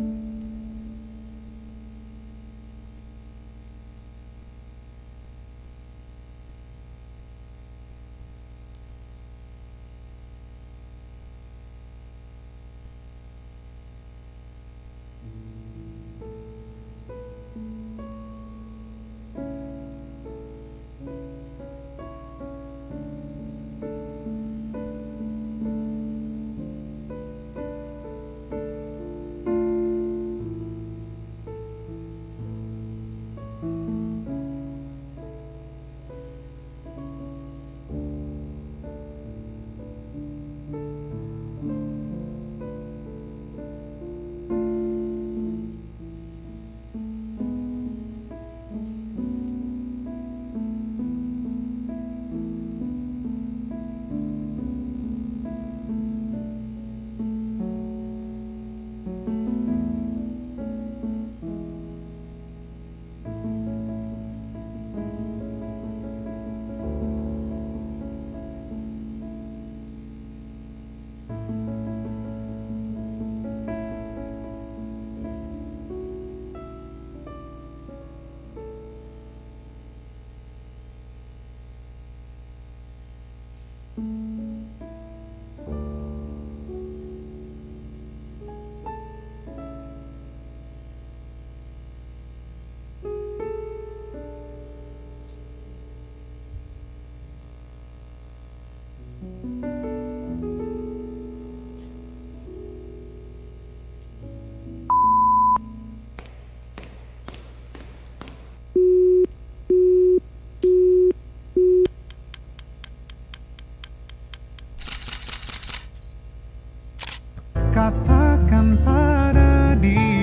Katakan pada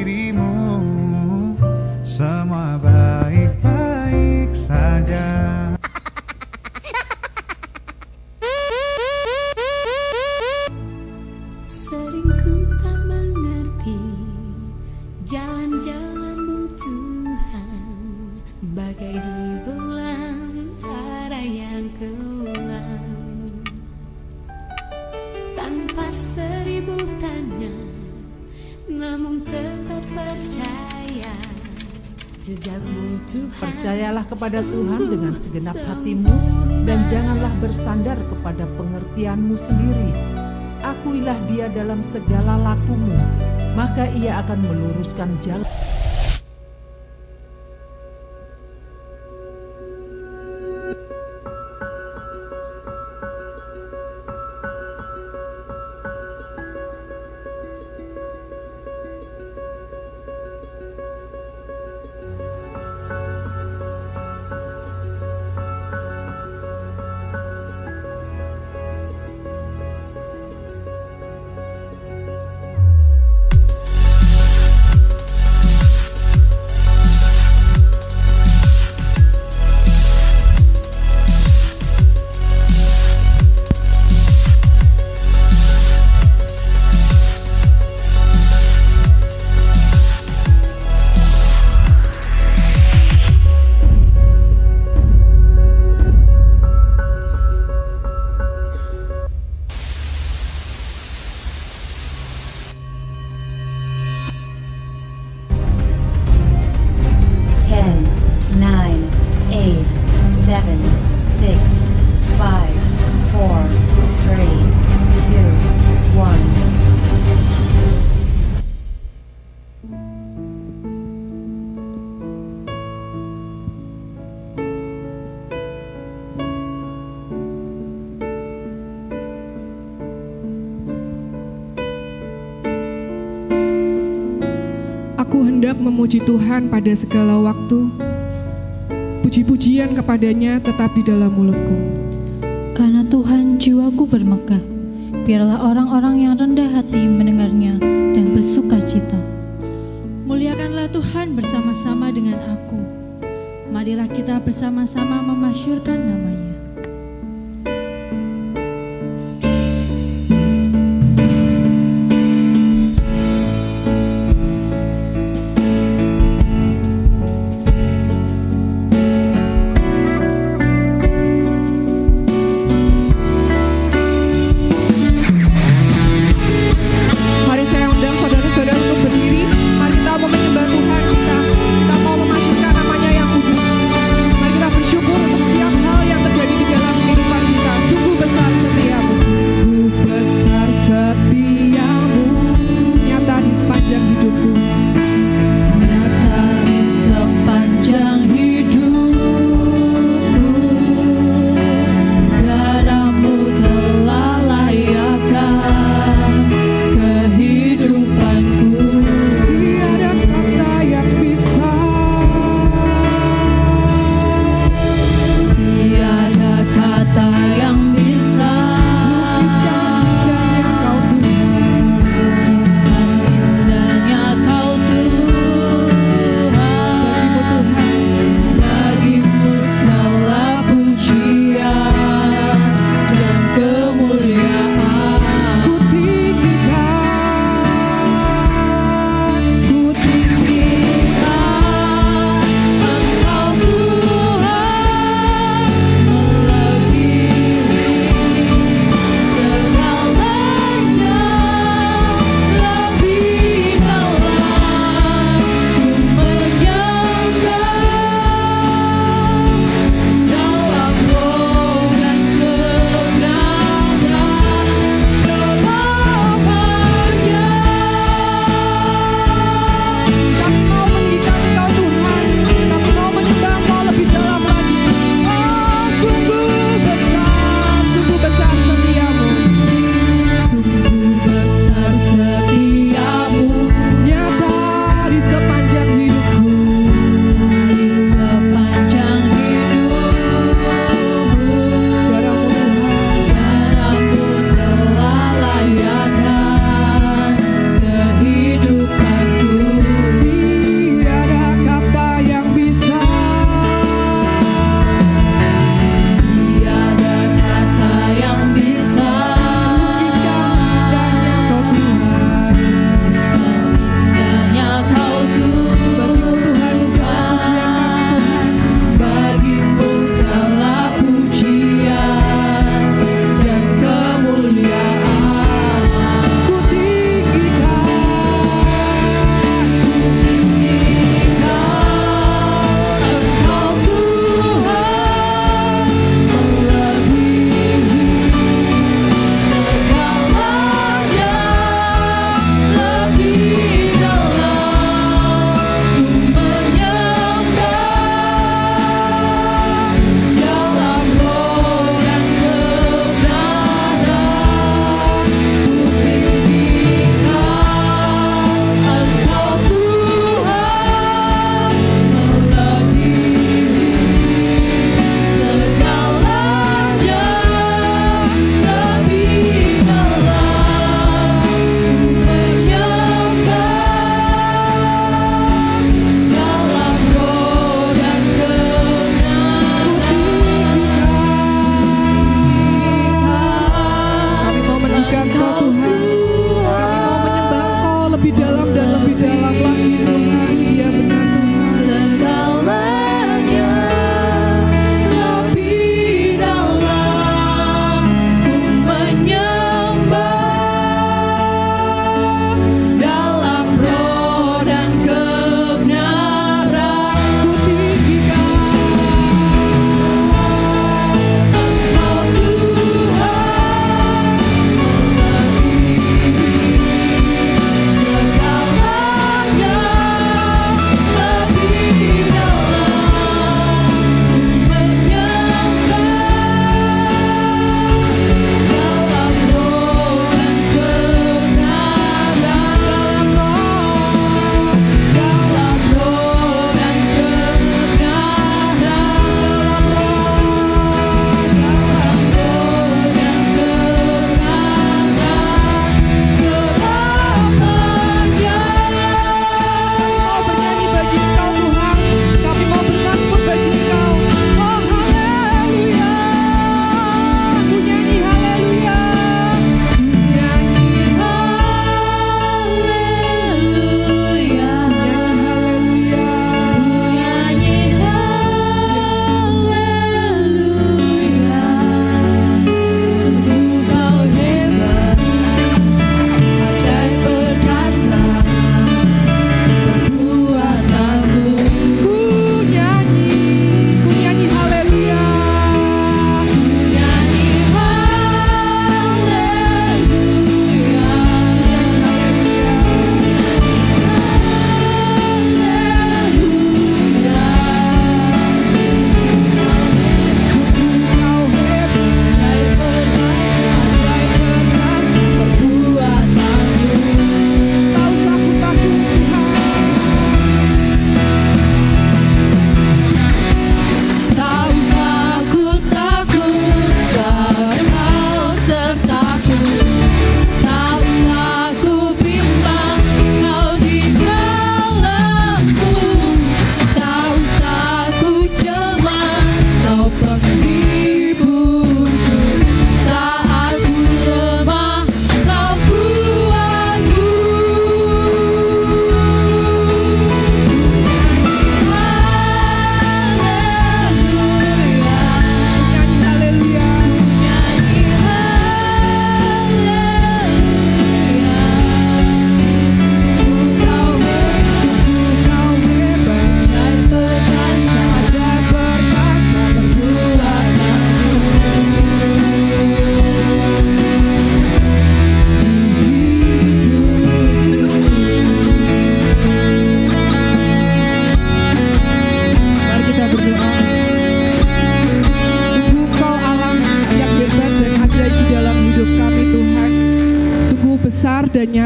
dirimu semua baik-baik saja. Sering ku tak mengerti jalan-jalanmu Tuhan, bagai di belantara yang kelam. Tanpa seribu tanya, namun tetap percaya jejakmu Tuhan. Percayalah kepada Tuhan dengan segenap hatimu dan janganlah bersandar kepada pengertianmu sendiri. Akuilah Dia dalam segala lakumu, maka Ia akan meluruskan jalan. Aku hendak memuji Tuhan pada segala waktu. Puji-pujian kepadanya tetap di dalam mulutku. Karena Tuhan jiwaku bermegah, biarlah orang-orang yang rendah hati mendengarnya dan bersuka cita. Muliakanlah Tuhan bersama-sama dengan aku. Marilah kita bersama-sama memasyurkan nama-Nya. Mari saya undang saudara-saudara untuk berdiri.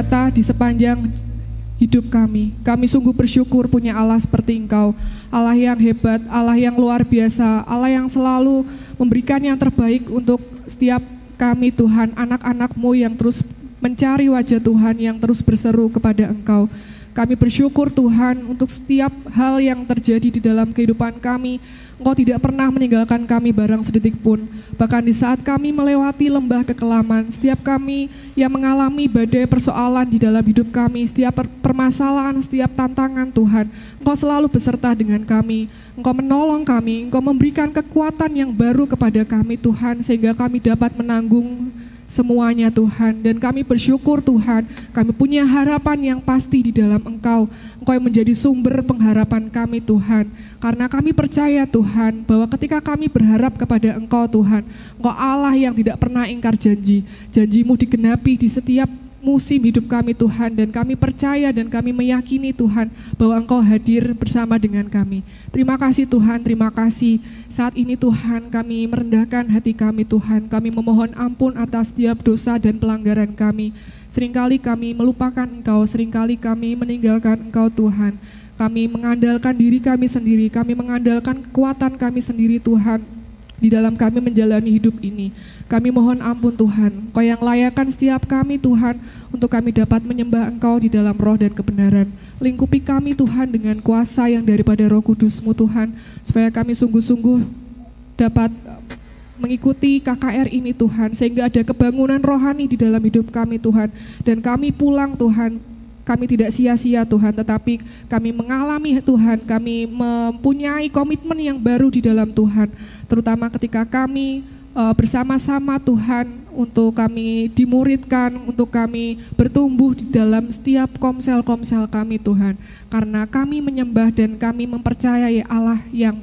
nyata di sepanjang hidup kami. Kami sungguh bersyukur punya Allah seperti Engkau, Allah yang hebat, Allah yang luar biasa, Allah yang selalu memberikan yang terbaik untuk setiap kami Tuhan, anak-anak-Mu yang terus mencari wajah Tuhan, yang terus berseru kepada Engkau. Kami bersyukur Tuhan untuk setiap hal yang terjadi di dalam kehidupan kami. Engkau tidak pernah meninggalkan kami barang sedetik pun. Bahkan di saat kami melewati lembah kekelaman, setiap kami yang mengalami badai persoalan di dalam hidup kami, setiap permasalahan, setiap tantangan Tuhan, Engkau selalu beserta dengan kami. Engkau menolong kami, Engkau memberikan kekuatan yang baru kepada kami Tuhan, sehingga kami dapat menanggung semuanya Tuhan. Dan kami bersyukur Tuhan, kami punya harapan yang pasti di dalam Engkau. Engkau yang menjadi sumber pengharapan kami Tuhan. Karena kami percaya Tuhan, bahwa ketika kami berharap kepada Engkau Tuhan, Engkau Allah yang tidak pernah ingkar janji. Janji-Mu digenapi di setiap musim hidup kami Tuhan, dan kami percaya dan kami meyakini Tuhan bahwa Engkau hadir bersama dengan kami. Terima kasih Tuhan, terima kasih. Saat ini Tuhan, kami merendahkan hati kami Tuhan, kami memohon ampun atas setiap dosa dan pelanggaran kami. Seringkali kami melupakan Engkau, seringkali kami meninggalkan Engkau Tuhan. Kami mengandalkan diri kami sendiri, kami mengandalkan kekuatan kami sendiri Tuhan, di dalam kami menjalani hidup ini. Kami mohon ampun Tuhan, Engkau yang layakkan setiap kami Tuhan, untuk kami dapat menyembah Engkau di dalam roh dan kebenaran. Lingkupi kami Tuhan dengan kuasa yang daripada Roh Kudus-Mu Tuhan, supaya kami sungguh-sungguh dapat mengikuti KKR ini Tuhan, sehingga ada kebangunan rohani di dalam hidup kami Tuhan. Dan kami pulang Tuhan, kami tidak sia-sia Tuhan, tetapi kami mengalami Tuhan, kami mempunyai komitmen yang baru di dalam Tuhan. Terutama ketika kami bersama-sama Tuhan, untuk kami dimuridkan, untuk kami bertumbuh di dalam setiap komsel-komsel kami Tuhan. Karena kami menyembah dan kami mempercayai Allah yang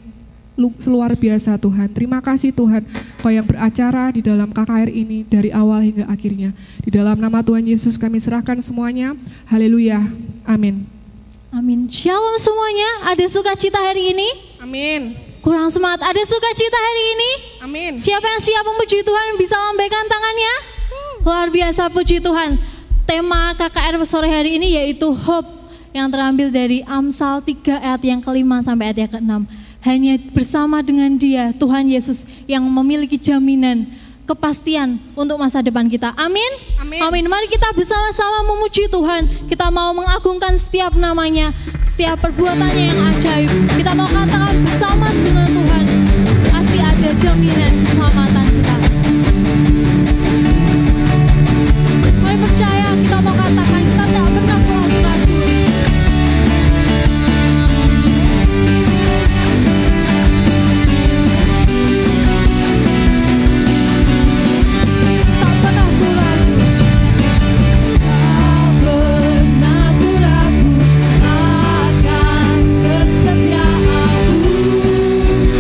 luar biasa Tuhan. Terima kasih Tuhan, Kau yang beracara di dalam KKR ini dari awal hingga akhirnya. Di dalam nama Tuhan Yesus kami serahkan semuanya. Haleluya. Amin. Amin. Shalom semuanya. Ada sukacita hari ini? Amin. Kurang semangat. Ada sukacita hari ini? Amin. Siapa yang siap memuji Tuhan bisa lambaikan tangannya? Luar biasa, puji Tuhan. Tema KKR sore hari ini yaitu hope, yang terambil dari Amsal 3 ayat yang ke-5 sampai ayat yang ke-6. Hanya bersama dengan Dia, Tuhan Yesus, yang memiliki jaminan, kepastian untuk masa depan kita. Amin? Amin. Amin. Mari kita bersama-sama memuji Tuhan. Kita mau mengagungkan setiap namanya, setiap perbuatannya yang ajaib. Kita mau katakan bersama dengan Tuhan, pasti ada jaminan keselamatan kita. Mari percaya, kita mau katakan kita tak pernah ragu-ragu. Kesetiaanmu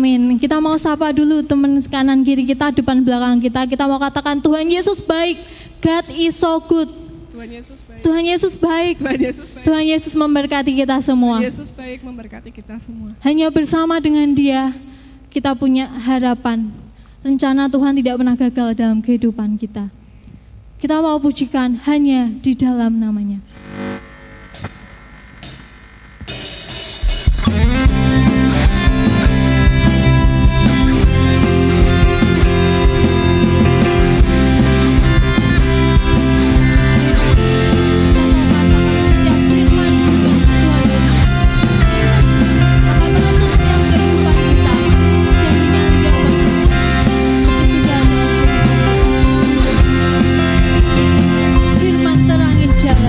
Amin. Kita mau sapa dulu teman kanan kiri kita, depan belakang kita. Kita mau katakan Tuhan Yesus baik. God is so good. Tuhan Yesus baik. Tuhan Yesus baik. Tuhan Yesus baik. Tuhan Yesus memberkati kita semua. Tuhan Yesus baik memberkati kita semua. Hanya bersama dengan Dia kita punya harapan. Rencana Tuhan tidak pernah gagal dalam kehidupan kita. Kita mau pujikan hanya di dalam namanya. Firman terangi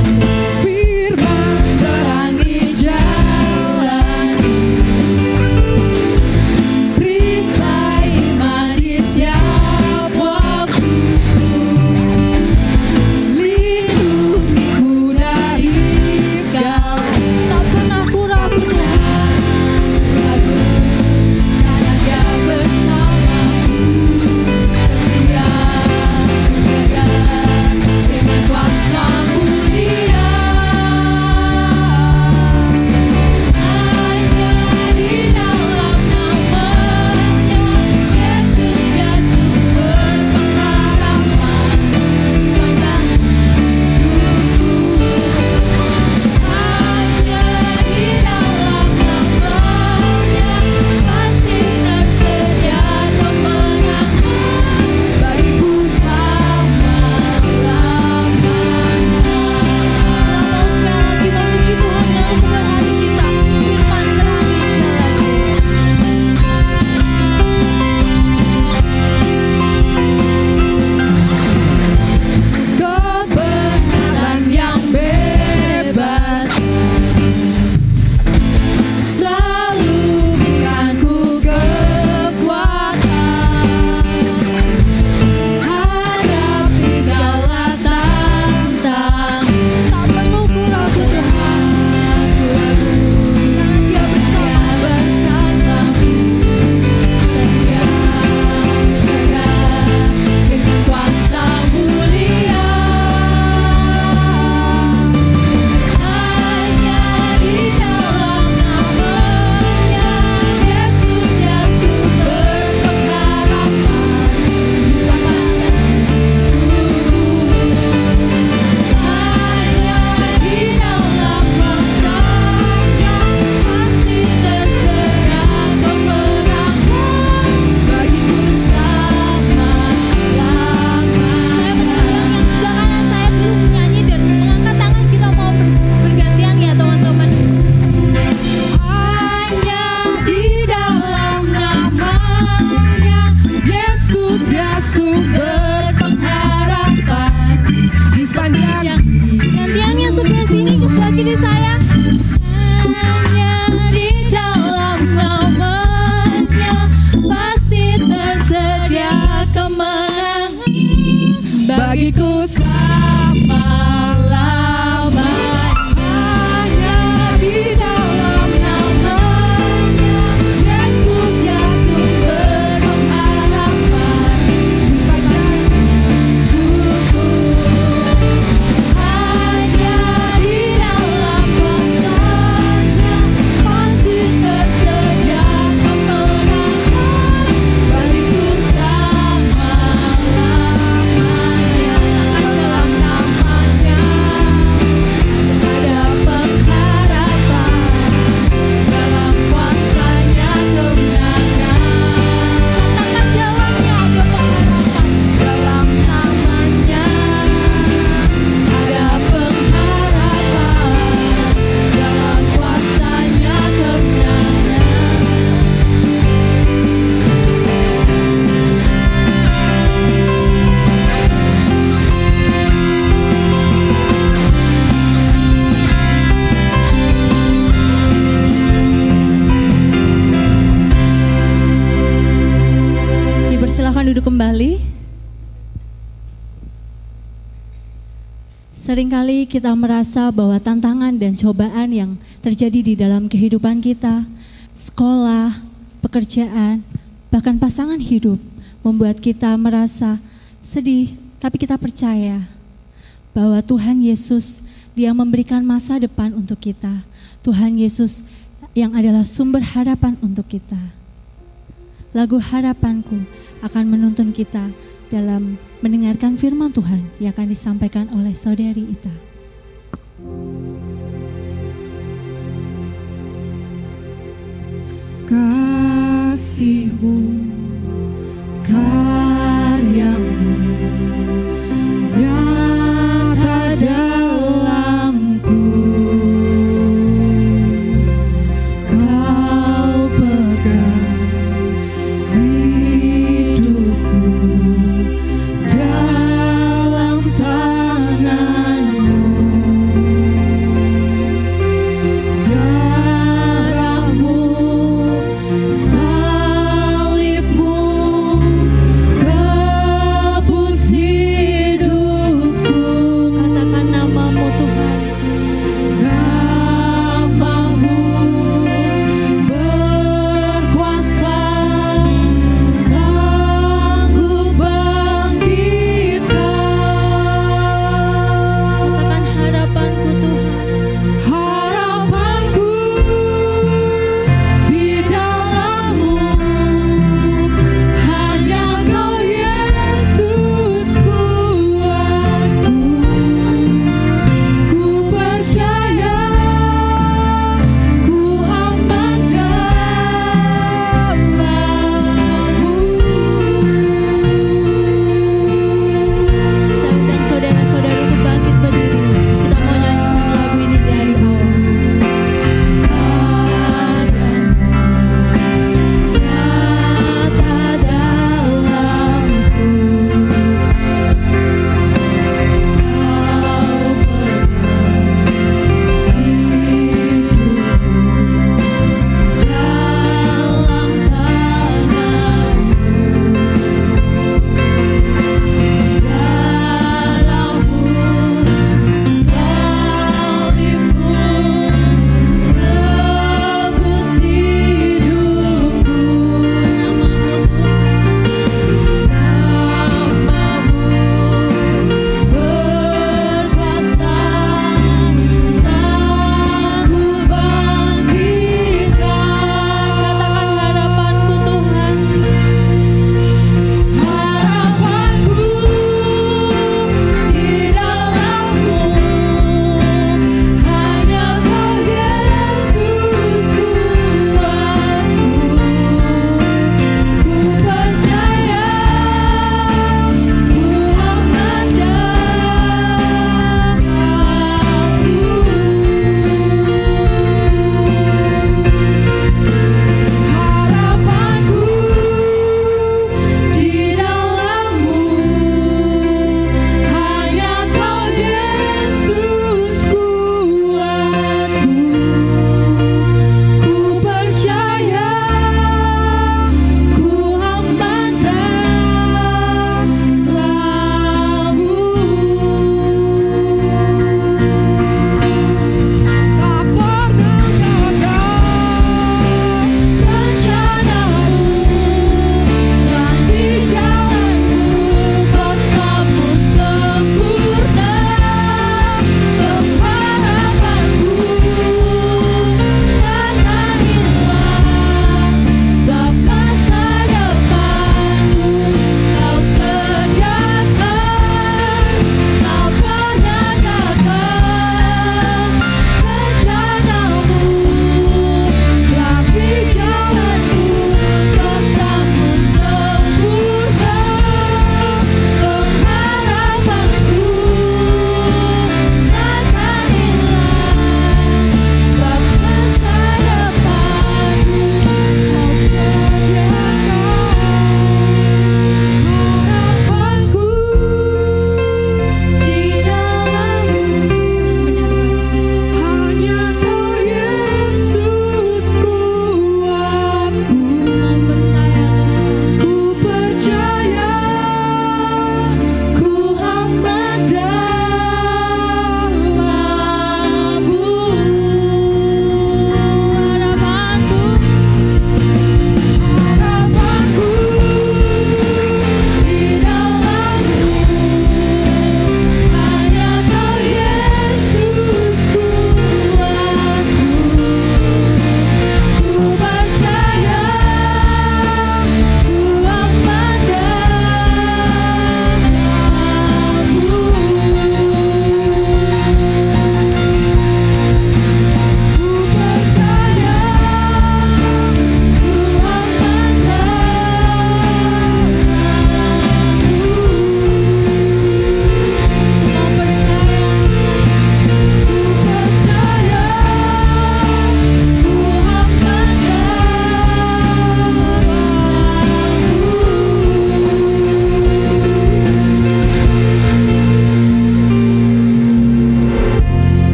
duduk kembali. Seringkali kita merasa bahwa tantangan dan cobaan yang terjadi di dalam kehidupan kita, sekolah, pekerjaan, bahkan pasangan hidup membuat kita merasa sedih, tapi kita percaya bahwa Tuhan Yesus, Dia memberikan masa depan untuk kita. Tuhan Yesus yang adalah sumber harapan untuk kita. Lagu Harapanku akan menuntun kita dalam mendengarkan firman Tuhan yang akan disampaikan oleh Saudari Ita. Kasih-Mu, karya-Mu nyata dalamku. Kau pegang hidupku dalam tangan-Mu. Darah-Mu, salib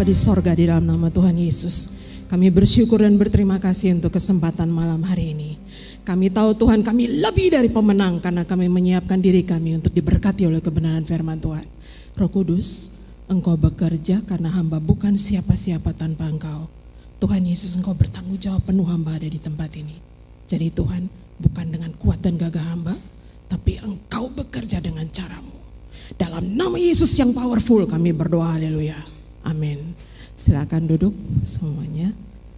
di sorga di dalam nama Tuhan Yesus. Kami bersyukur dan berterima kasih untuk kesempatan malam hari ini. Kami tahu Tuhan kami lebih dari pemenang karena kami menyiapkan diri kami untuk diberkati oleh kebenaran firman Tuhan. Roh Kudus, Engkau bekerja karena hamba bukan siapa-siapa tanpa Engkau. Tuhan Yesus, Engkau bertanggung jawab penuh hamba ada di tempat ini. Jadi Tuhan, bukan dengan kuat dan gagah hamba, tapi Engkau bekerja dengan caramu. Dalam nama Yesus yang powerful kami berdoa, haleluya. Amin. Silakan duduk semuanya.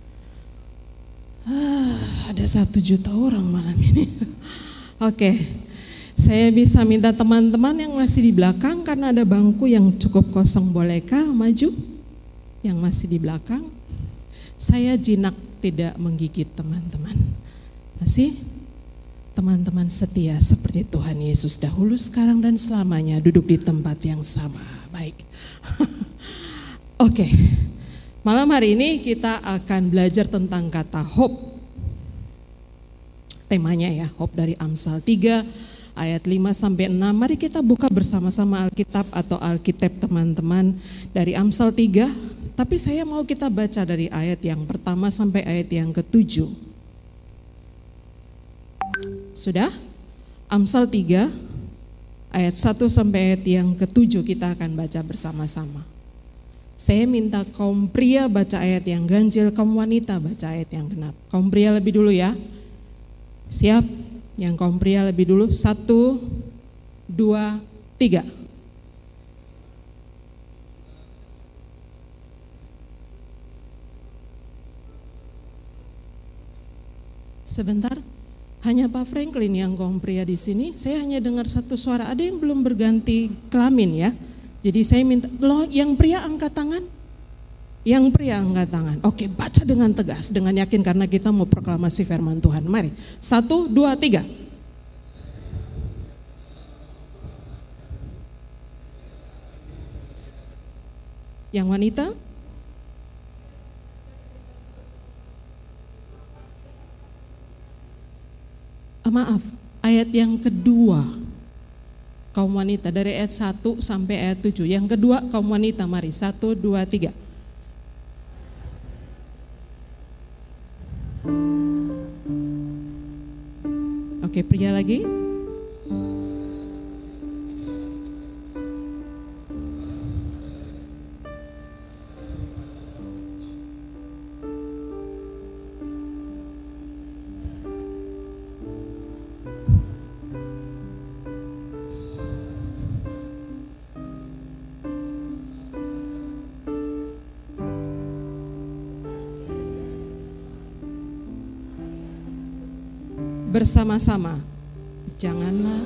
Ada 1 juta orang malam ini. Oke, saya bisa minta teman-teman yang masih di belakang karena ada bangku yang cukup kosong, bolehkah maju? Yang masih di belakang, saya jinak tidak menggigit teman-teman. Masih? Teman-teman setia seperti Tuhan Yesus dahulu, sekarang dan selamanya duduk di tempat yang sama. Baik. Oke. Malam hari ini kita akan belajar tentang kata hope. Temanya ya, hope dari Amsal 3 ayat 5 sampai 6. Mari kita buka bersama-sama Alkitab atau Alkitab teman-teman dari Amsal 3. Tapi saya mau kita baca dari ayat yang pertama sampai ayat yang ke-7. Sudah? Amsal 3 ayat 1 sampai ayat yang ke-7 kita akan baca bersama-sama. Saya minta kaum pria baca ayat yang ganjil, kaum wanita baca ayat yang genap. Kaum pria lebih dulu ya. Siap? Yang kaum pria lebih dulu. 1, 2, 3. Sebentar. Hanya Pak Franklin yang kaum pria di sini. Saya hanya dengar satu suara. Ada yang belum berganti kelamin ya. Jadi saya minta, loh yang pria angkat tangan. Yang pria angkat tangan. Oke, baca dengan tegas, dengan yakin karena kita mau proklamasi firman Tuhan. Mari, 1, 2, 3. Yang wanita? Maaf, ayat yang kedua kaum wanita dari ayat 1 sampai ayat 7. Yang kedua kaum wanita, mari 1, 2, 3. Oke, pria lagi. Bersama-sama, janganlah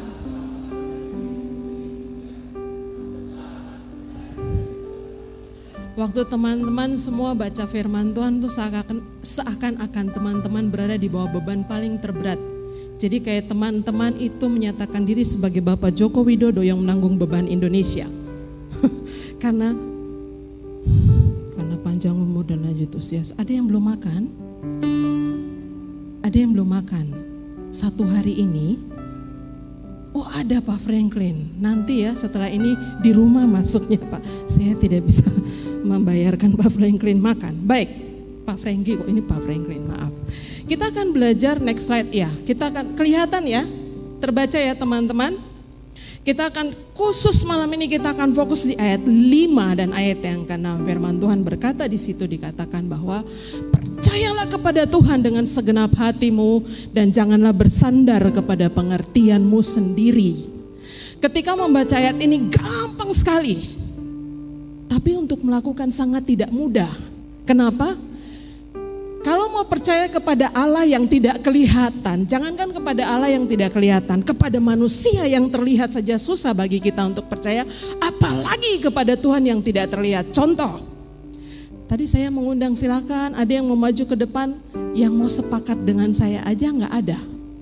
waktu teman-teman semua baca firman Tuhan tuh seakan-akan teman-teman berada di bawah beban paling terberat. Jadi kayak teman-teman itu menyatakan diri sebagai Bapak Joko Widodo yang menanggung beban Indonesia. karena panjang umur dan lanjut usia. Ada yang belum makan? Ada yang belum makan? Satu hari ini, oh ada Pak Franklin, nanti ya setelah ini di rumah masuknya Pak, saya tidak bisa membayarkan Pak Franklin makan. Baik, Pak Franky kok ini Pak Franklin, maaf. Kita akan belajar next slide ya, kita akan kelihatan ya, terbaca ya teman-teman. Kita akan khusus malam ini kita akan fokus di ayat 5 dan ayat yang ke-6. Firman Tuhan berkata di situ dikatakan bahwa percayalah kepada Tuhan dengan segenap hatimu dan janganlah bersandar kepada pengertianmu sendiri. Ketika membaca ayat ini gampang sekali, tapi untuk melakukan sangat tidak mudah. Kenapa? Kalau mau percaya kepada Allah yang tidak kelihatan, jangankan kepada Allah yang tidak kelihatan, kepada manusia yang terlihat saja susah bagi kita untuk percaya, apalagi kepada Tuhan yang tidak terlihat. Contoh, tadi saya mengundang, silakan ada yang mau maju ke depan, yang mau sepakat dengan saya aja nggak ada.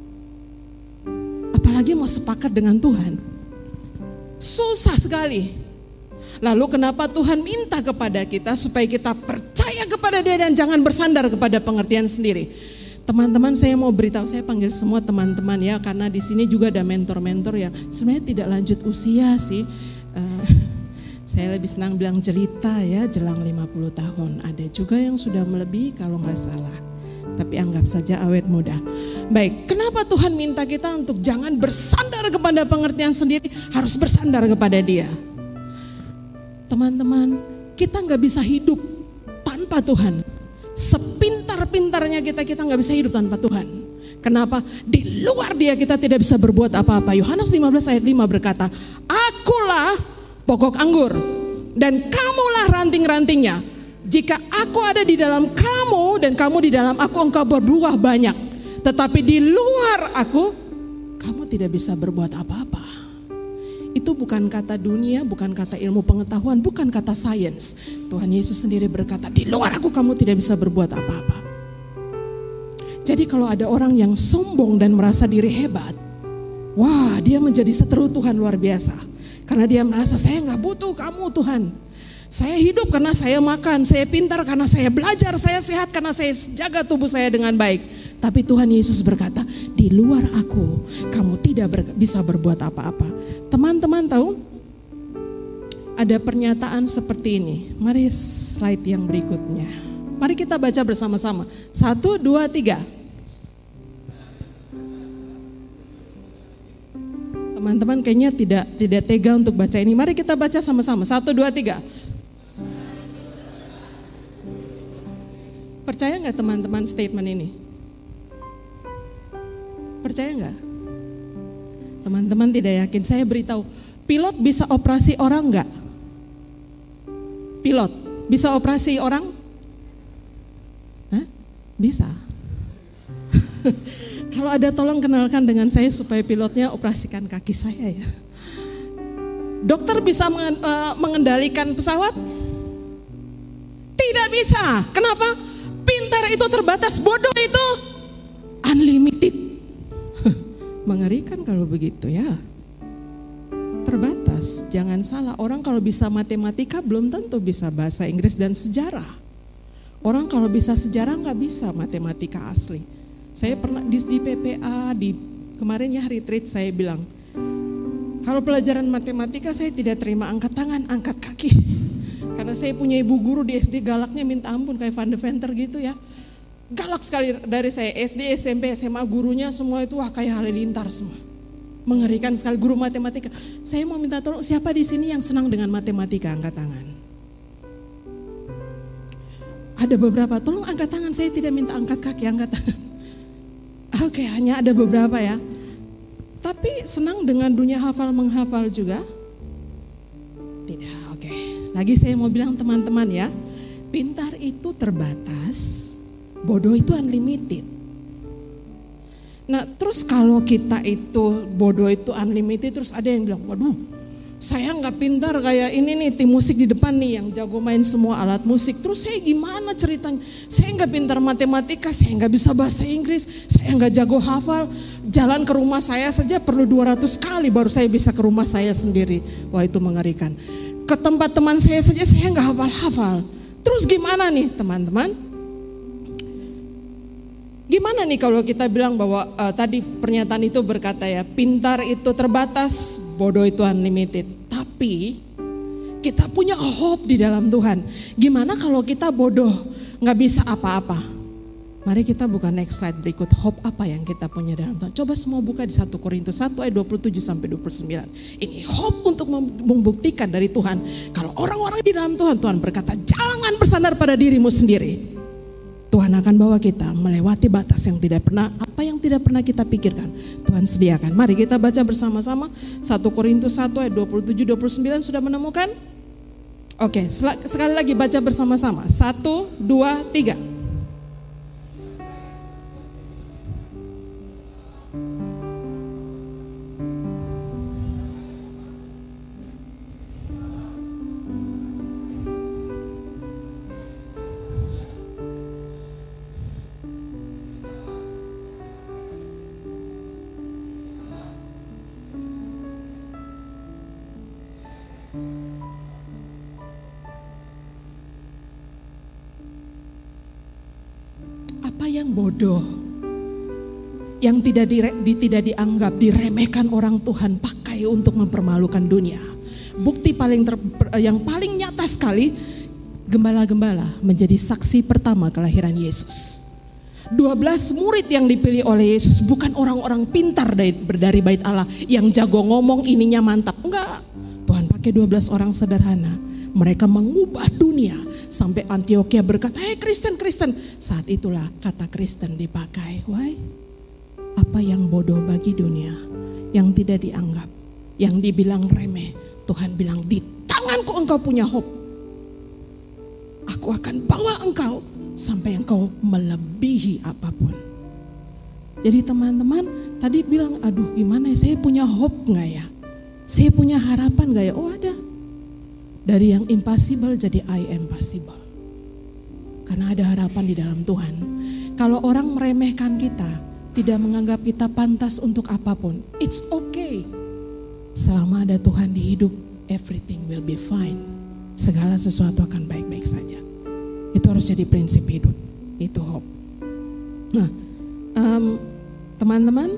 Apalagi mau sepakat dengan Tuhan. Susah sekali. Lalu kenapa Tuhan minta kepada kita supaya kita percaya kepada Dia dan jangan bersandar kepada pengertian sendiri. Teman-teman, saya mau beritahu, saya panggil semua teman-teman ya, karena di sini juga ada mentor-mentor yang sebenarnya tidak lanjut usia sih. Saya lebih senang bilang jelita ya, jelang 50 tahun. Ada juga yang sudah melebihi kalau nggak salah. Tapi anggap saja awet muda. Baik, kenapa Tuhan minta kita untuk jangan bersandar kepada pengertian sendiri, harus bersandar kepada Dia? Teman-teman, kita nggak bisa hidup tanpa Tuhan. Sepintar-pintarnya kita nggak bisa hidup tanpa Tuhan. Kenapa? Di luar Dia kita tidak bisa berbuat apa-apa. Yohanes 15 ayat 5 berkata, Akulah pokok anggur dan kamulah ranting-rantingnya. Jika aku ada di dalam kamu dan kamu di dalam aku, engkau berbuah banyak. Tetapi di luar aku, kamu tidak bisa berbuat apa-apa. Itu bukan kata dunia, bukan kata ilmu pengetahuan, bukan kata sains. Tuhan Yesus sendiri berkata, di luar aku kamu tidak bisa berbuat apa-apa. Jadi kalau ada orang yang sombong dan merasa diri hebat, wah, dia menjadi seteru Tuhan luar biasa. Karena dia merasa, saya gak butuh kamu Tuhan. Saya hidup karena saya makan, saya pintar karena saya belajar, saya sehat karena saya jaga tubuh saya dengan baik. Tapi Tuhan Yesus berkata, di luar aku, kamu tidak bisa berbuat apa-apa. Teman-teman tahu, ada pernyataan seperti ini. Mari slide yang berikutnya. Mari kita baca bersama-sama. 1, 2, 3. Teman-teman kayaknya tidak tega untuk baca ini. Mari kita baca sama-sama. 1, 2, 3. Percaya nggak teman-teman statement ini? Percaya nggak? Teman-teman tidak yakin. Saya beritahu, pilot bisa operasi orang nggak? Pilot bisa operasi orang? Hah? Bisa. Kalau ada tolong kenalkan dengan saya supaya pilotnya operasikan kaki saya ya. Dokter bisa mengendalikan pesawat? Tidak bisa. Kenapa? Pintar itu terbatas, bodoh itu unlimited. Mengerikan kalau begitu ya. Terbatas, jangan salah. Orang kalau bisa matematika belum tentu bisa bahasa Inggris dan sejarah. Orang kalau bisa sejarah nggak bisa matematika asli. Saya pernah di PPA, kemarin ya retreat saya bilang, kalau pelajaran matematika saya tidak terima angkat tangan, angkat kaki. Karena saya punya ibu guru di SD galaknya minta ampun kayak Van de Venter gitu ya. Galak sekali dari saya SD, SMP, SMA gurunya semua itu wah kayak halilintar semua. Mengerikan sekali guru matematika. Saya mau minta tolong siapa di sini yang senang dengan matematika, angkat tangan. Ada beberapa, tolong angkat tangan, saya tidak minta angkat kaki, angkat tangan. Oke, hanya ada beberapa ya. Tapi senang dengan dunia hafal menghafal juga? Tidak, oke. Lagi saya mau bilang teman-teman ya, pintar itu terbatas, bodoh itu unlimited. Nah terus kalau kita itu bodoh itu unlimited, terus ada yang bilang, waduh saya gak pintar kayak ini nih tim musik di depan nih yang jago main semua alat musik. Terus saya gimana ceritanya? Saya gak pintar matematika, saya gak bisa bahasa Inggris, saya gak jago hafal. Jalan ke rumah saya saja perlu 200 kali baru saya bisa ke rumah saya sendiri. Wah itu mengerikan. Ke tempat teman saya saja saya gak hafal-hafal. Terus gimana nih teman-teman? Gimana nih kalau kita bilang bahwa tadi pernyataan itu berkata ya, pintar itu terbatas, bodoh itu unlimited. Tapi kita punya hope di dalam Tuhan. Gimana kalau kita bodoh, gak bisa apa-apa? Mari kita buka next slide berikut. Hope apa yang kita punya dalam Tuhan? Coba semua buka di 1 Korintus 1 ayat 27 sampai 29. Ini hope untuk membuktikan dari Tuhan. Kalau orang-orang di dalam Tuhan, Tuhan berkata jangan bersandar pada dirimu sendiri. Tuhan akan bawa kita melewati batas yang tidak pernah, apa yang tidak pernah kita pikirkan, Tuhan sediakan. Mari kita baca bersama-sama 1 Korintus 1 ayat 27-29 sudah menemukan? Oke, sekali lagi baca bersama-sama. 1, 2, 3. Apa yang bodoh, yang tidak dianggap, diremehkan orang Tuhan pakai untuk mempermalukan dunia. Bukti yang paling nyata sekali, gembala-gembala menjadi saksi pertama kelahiran Yesus. 12 murid yang dipilih oleh Yesus bukan orang-orang pintar dari bait Allah yang jago ngomong, ininya mantap. Enggak. Tuhan pakai 12 orang sederhana. Mereka mengubah dunia sampai Antioquia berkata, "Hei Kristen, Kristen." Saat itulah kata Kristen dipakai. Why? Apa yang bodoh bagi dunia, yang tidak dianggap, yang dibilang remeh, Tuhan bilang, "Di tanganku engkau punya hope. Aku akan bawa engkau sampai engkau melebihi apapun." Jadi teman-teman tadi bilang, aduh gimana ya, saya punya hope gak ya? Saya punya harapan gak ya? Oh ada. Dari yang impossible jadi I am possible. Karena ada harapan di dalam Tuhan. Kalau orang meremehkan kita, tidak menganggap kita pantas untuk apapun, it's okay. Selama ada Tuhan di hidup, everything will be fine. Segala sesuatu akan baik-baik saja. Itu harus jadi prinsip hidup. Itu hope. Nah, teman-teman,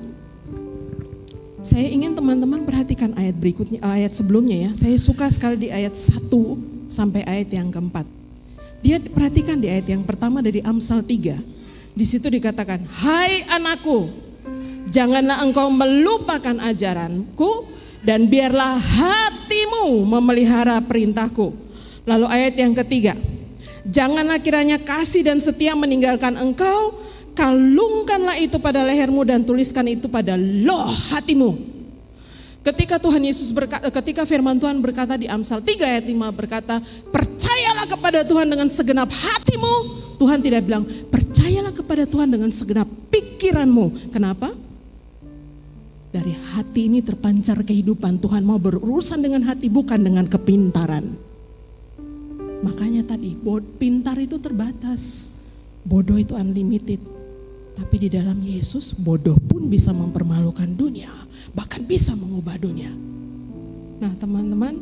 saya ingin teman-teman perhatikan ayat berikutnya, ayat sebelumnya ya. Saya suka sekali di ayat 1 sampai ayat yang keempat. Dia perhatikan di ayat yang pertama dari Amsal 3. Di situ dikatakan, "Hai anakku, janganlah engkau melupakan ajaranku dan biarlah hatimu memelihara perintahku." Lalu ayat yang ketiga, "Janganlah kiranya kasih dan setia meninggalkan engkau, kalungkanlah itu pada lehermu dan tuliskan itu pada loh hatimu." Ketika ketika firman Tuhan berkata di Amsal 3 ayat 5 berkata, "Percayalah kepada Tuhan dengan segenap hatimu." Tuhan tidak bilang, "Percayalah kepada Tuhan dengan segenap pikiranmu." Kenapa? Dari hati ini terpancar kehidupan. Tuhan mau berurusan dengan hati, bukan dengan kepintaran. Makanya tadi, pintar itu terbatas, bodoh itu unlimited. Tapi di dalam Yesus, bodoh pun bisa mempermalukan dunia, bahkan bisa mengubah dunia. Nah teman-teman,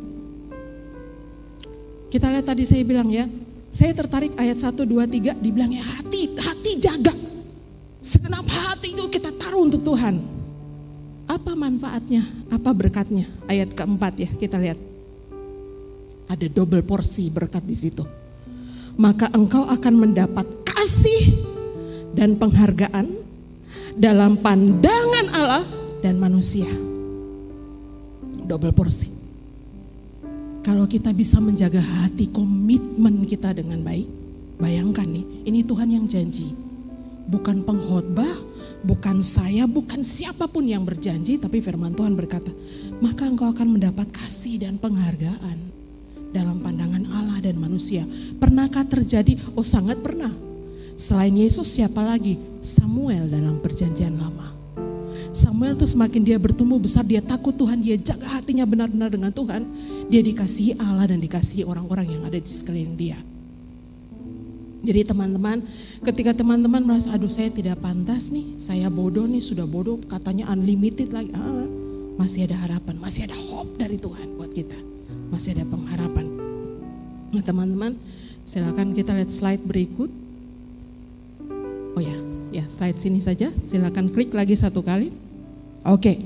kita lihat tadi saya bilang ya, saya tertarik ayat 1, 2, 3, dibilang ya hati jaga. Segenap hati itu kita taruh untuk Tuhan. Apa manfaatnya, apa berkatnya? Ayat keempat ya, kita lihat. Ada double porsi berkat di situ. "Maka engkau akan mendapat kasih dan penghargaan dalam pandangan Allah dan manusia." Double porsi. Kalau kita bisa menjaga hati, komitmen kita dengan baik, bayangkan nih, ini Tuhan yang janji. Bukan pengkhotbah, bukan saya, bukan siapapun yang berjanji, tapi firman Tuhan berkata, "Maka engkau akan mendapat kasih dan penghargaan dalam pandangan Allah dan manusia." Pernahkah terjadi? Oh sangat pernah. Selain Yesus siapa lagi? Samuel dalam perjanjian lama. Samuel tuh semakin dia bertumbuh besar, dia takut Tuhan, dia jaga hatinya benar-benar dengan Tuhan. Dia dikasihi Allah dan dikasihi orang-orang yang ada di sekeliling dia. Jadi teman-teman, ketika teman-teman merasa, aduh saya tidak pantas nih, saya bodoh nih, sudah bodoh, katanya unlimited lagi. Masih ada harapan, masih ada hope dari Tuhan buat kita. Masih ada pengharapan. Nah teman-teman, silakan kita lihat slide berikut. Oh ya slide sini saja, silakan klik lagi satu kali. Oke.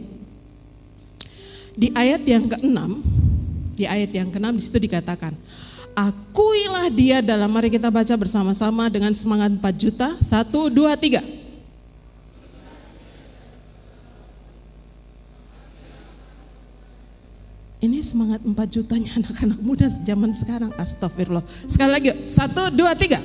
Di ayat yang ke-6, di situ dikatakan, "Akuilah dia dalam," mari kita baca bersama-sama dengan semangat 4 juta. 1, 2, 3. Ini semangat 4 jutanya anak-anak muda zaman sekarang. Astagfirullah. Sekali lagi, 1, 2, 3.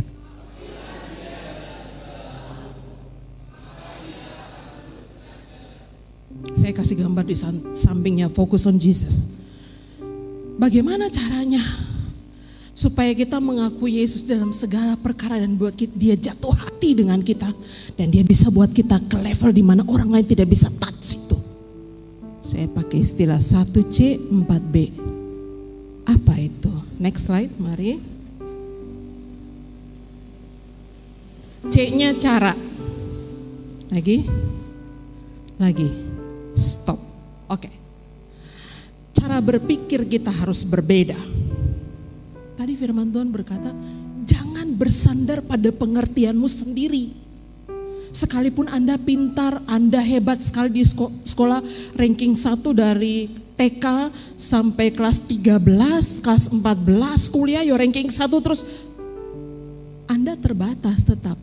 Saya kasih gambar di sampingnya, focus on Jesus. Bagaimana caranya supaya kita mengakui Yesus dalam segala perkara dan buat dia jatuh hati dengan kita, dan dia bisa buat kita ke level di mana orang lain tidak bisa touch itu. Saya pakai istilah 1C 4B. Apa itu? Next slide, mari. C-nya cara. Lagi. Stop. Oke. Cara berpikir kita harus berbeda. Tadi firman Tuhan berkata, jangan bersandar pada pengertianmu sendiri. Sekalipun Anda pintar, Anda hebat sekali di sekolah, ranking 1 dari TK sampai kelas 13, kelas 14, kuliah yo ranking 1 terus. Anda terbatas tetap.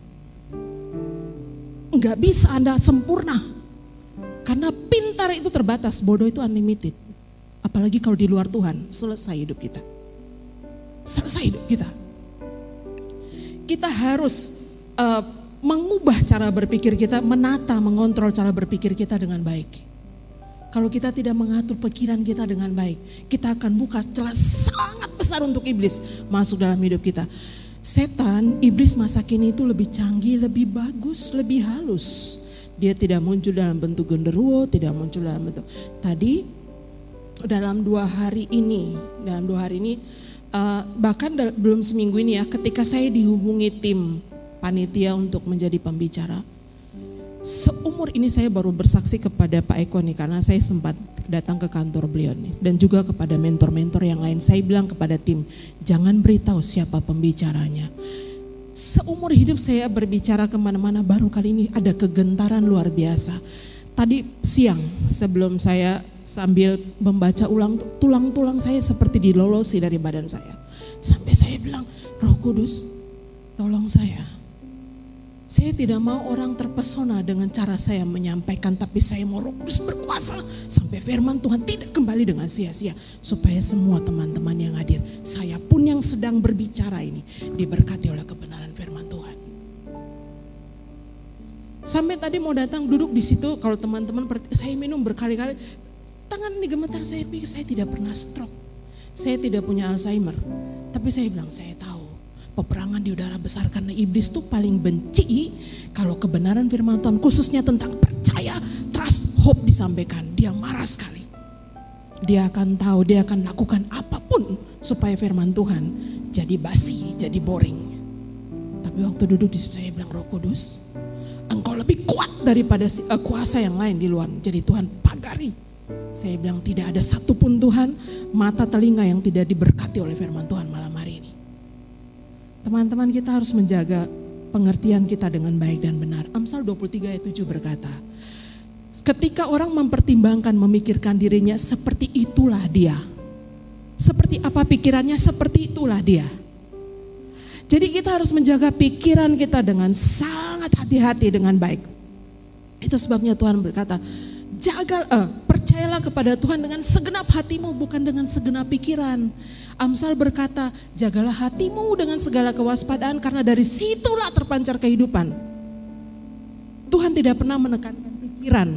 Enggak bisa Anda sempurna. Karena pintar itu terbatas, bodoh itu unlimited. Apalagi kalau di luar Tuhan, selesai hidup kita. Selesai hidup kita. Kita harus mengubah cara berpikir kita, menata, mengontrol cara berpikir kita dengan baik. Kalau kita tidak mengatur pikiran kita dengan baik, kita akan buka celah sangat besar untuk iblis masuk dalam hidup kita. Setan, iblis masa kini itu lebih canggih, lebih bagus, lebih halus. Dia tidak muncul dalam bentuk genderuwo, tidak muncul dalam bentuk. Tadi dalam 2 hari ini, bahkan belum seminggu ini ya, ketika saya dihubungi tim panitia untuk menjadi pembicara, seumur ini saya baru bersaksi kepada Pak Eko nih, karena saya sempat datang ke kantor beliau nih, dan juga kepada mentor-mentor yang lain. Saya bilang kepada tim, jangan beritahu siapa pembicaranya. Seumur hidup saya berbicara kemana-mana, baru kali ini ada kegentaran luar biasa. Tadi siang sebelum saya sambil membaca ulang, tulang-tulang saya seperti dilolosi dari badan saya. Sampai saya bilang, Roh Kudus, tolong saya. Saya tidak mau orang terpesona dengan cara saya menyampaikan, tapi saya mau Roh Kudus berkuasa sampai firman Tuhan tidak kembali dengan sia-sia. Supaya semua teman-teman yang hadir, saya pun yang sedang berbicara ini, diberkati oleh kebenaran firman Tuhan. Sampai tadi mau datang duduk di situ, kalau teman-teman, saya minum berkali-kali, tangan ini gemetar, saya pikir saya tidak pernah stroke. Saya tidak punya Alzheimer. Tapi saya bilang, saya tahu peperangan di udara besar karena iblis tuh paling benci kalau kebenaran firman Tuhan, khususnya tentang percaya, trust, hope disampaikan. Dia marah sekali. Dia akan tahu, dia akan lakukan apapun supaya firman Tuhan jadi basi, jadi boring. Tapi waktu duduk di situ saya bilang, Roh Kudus, Engkau lebih kuat daripada kuasa yang lain di luar. Jadi Tuhan pagari. Saya bilang tidak ada satupun Tuhan, mata telinga yang tidak diberkati oleh firman Tuhan malam hari ini. Teman-teman, kita harus menjaga pengertian kita dengan baik dan benar. Amsal 23 ayat 7 berkata, ketika orang mempertimbangkan, memikirkan dirinya, seperti itulah dia. Seperti apa pikirannya, seperti itulah dia. Jadi kita harus menjaga pikiran kita dengan sangat hati-hati dengan baik. Itu sebabnya Tuhan berkata, percayalah kepada Tuhan dengan segenap hatimu, bukan dengan segenap pikiran. Amsal berkata, jagalah hatimu dengan segala kewaspadaan, karena dari situlah terpancar kehidupan. Tuhan tidak pernah menekankan pikiran.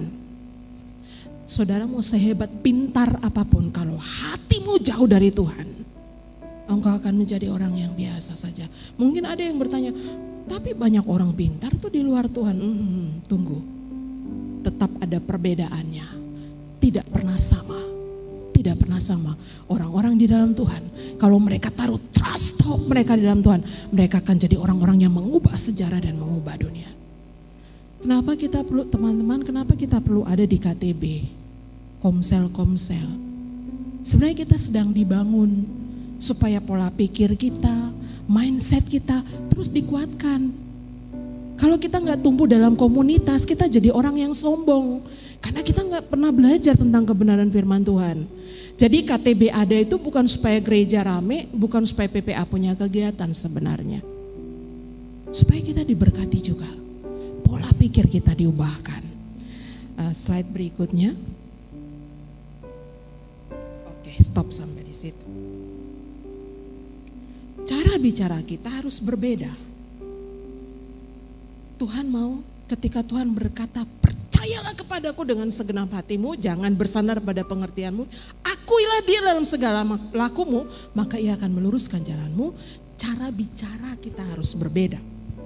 Saudara mau sehebat pintar apapun, kalau hatimu jauh dari Tuhan, engkau akan menjadi orang yang biasa saja. Mungkin ada yang bertanya, tapi banyak orang pintar tuh di luar Tuhan. Tunggu, tetap ada perbedaannya. Tidak pernah sama. Tidak pernah sama. Orang-orang di dalam Tuhan, kalau mereka taruh trust, hope mereka di dalam Tuhan, mereka akan jadi orang-orang yang mengubah sejarah dan mengubah dunia. Kenapa kita perlu, teman-teman, kenapa kita perlu ada di KTB? Komsel-komsel. Sebenarnya kita sedang dibangun supaya pola pikir kita, mindset kita terus dikuatkan. Kalau kita nggak tumbuh dalam komunitas, kita jadi orang yang sombong. Karena kita nggak pernah belajar tentang kebenaran firman Tuhan. Jadi KTB ada itu bukan supaya gereja rame, bukan supaya PPA punya kegiatan sebenarnya. Supaya kita diberkati juga. Pola pikir kita diubahkan. Slide berikutnya. Oke, stop sampai di situ. Cara bicara kita harus berbeda. Tuhan mau ketika Tuhan berkata, percayalah kepadaku dengan segenap hatimu, jangan bersandar pada pengertianmu, akuilah dia dalam segala lakumu, maka ia akan meluruskan jalanmu. Cara bicara kita harus berbeda.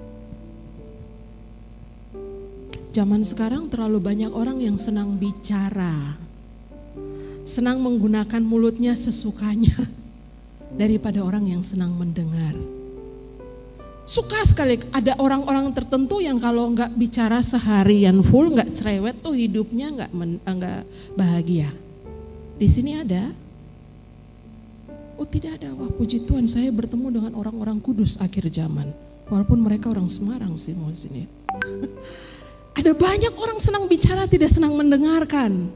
Zaman sekarang terlalu banyak orang yang senang bicara, senang menggunakan mulutnya sesukanya, daripada orang yang senang mendengar. Suka sekali ada orang-orang tertentu yang kalau nggak bicara seharian full, nggak cerewet tuh hidupnya nggak bahagia. Di sini ada? Oh tidak ada. Wah puji Tuhan, saya bertemu dengan orang-orang kudus akhir zaman. Walaupun mereka orang Semarang sih mau di sini. Ada banyak orang senang bicara, tidak senang mendengarkan.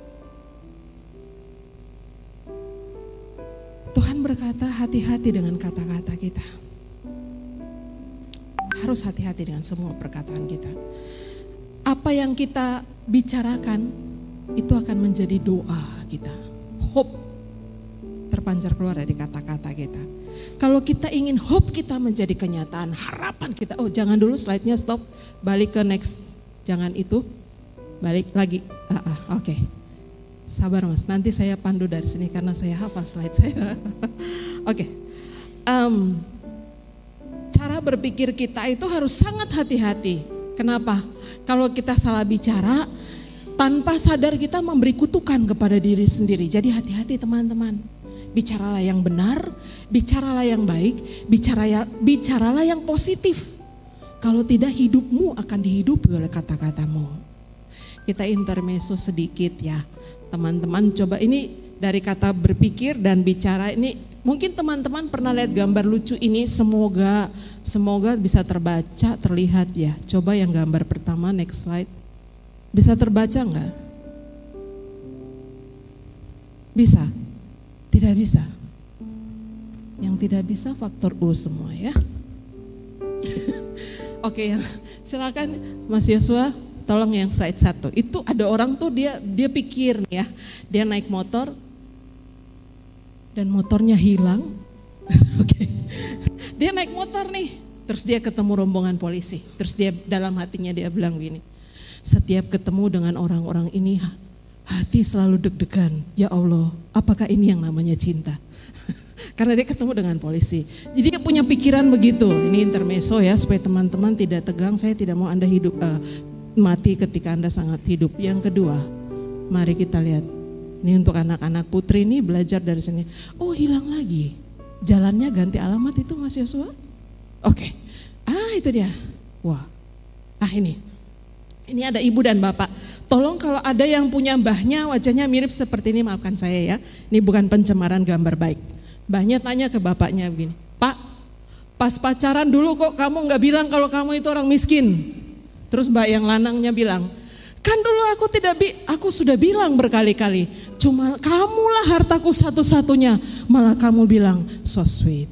Tuhan berkata, hati-hati dengan kata-kata kita. Harus hati-hati dengan semua perkataan kita. Apa yang kita bicarakan itu akan menjadi doa kita. Hope terpancar keluar dari kata-kata kita. Kalau kita ingin hope kita menjadi kenyataan, harapan kita. Oh, jangan dulu slide-nya, stop. Balik ke next. Jangan itu. Balik lagi. Oke. Sabar Mas, nanti saya pandu dari sini karena saya hafal slide saya. Oke. Cara berpikir kita itu harus sangat hati-hati. Kenapa? Kalau kita salah bicara, tanpa sadar kita memberi kutukan kepada diri sendiri. Jadi hati-hati teman-teman. Bicaralah yang benar, bicaralah yang baik, bicaralah yang positif. Kalau tidak, hidupmu akan dihidupi oleh kata-katamu. Kita intermezzo sedikit ya. Teman-teman coba, ini dari kata berpikir dan bicara ini, mungkin teman-teman pernah lihat gambar lucu ini, semoga bisa terbaca, terlihat ya. Coba yang gambar pertama, next slide. Bisa terbaca enggak? Bisa? Tidak bisa. Yang tidak bisa faktor U semua ya. Oke, silakan Mas Yosua, tolong yang slide 1. Itu ada orang tuh dia pikir nih ya, dia naik motor dan motornya hilang. Oke. Dia naik motor nih, terus dia ketemu rombongan polisi. Terus dia dalam hatinya dia bilang gini, setiap ketemu dengan orang-orang ini hati selalu deg-degan. Ya Allah, apakah ini yang namanya cinta? Karena dia ketemu dengan polisi. Jadi dia punya pikiran begitu. Ini intermezzo ya, supaya teman-teman tidak tegang. Saya tidak mau Anda mati ketika Anda sangat hidup. Yang kedua, mari kita lihat. Ini untuk anak-anak putri nih, belajar dari sini. Oh, hilang lagi. Jalannya ganti alamat itu Mas Yosua? Oke. Itu dia. Wah. Ini ada ibu dan bapak. Tolong kalau ada yang punya mbahnya wajahnya mirip seperti ini, maafkan saya ya. Ini bukan pencemaran gambar baik. Mbahnya tanya ke bapaknya begini, Pak, pas pacaran dulu kok kamu gak bilang kalau kamu itu orang miskin? Terus mbak yang lanangnya bilang, kan dulu aku sudah bilang berkali-kali, cuma kamulah hartaku satu-satunya, malah kamu bilang so sweet.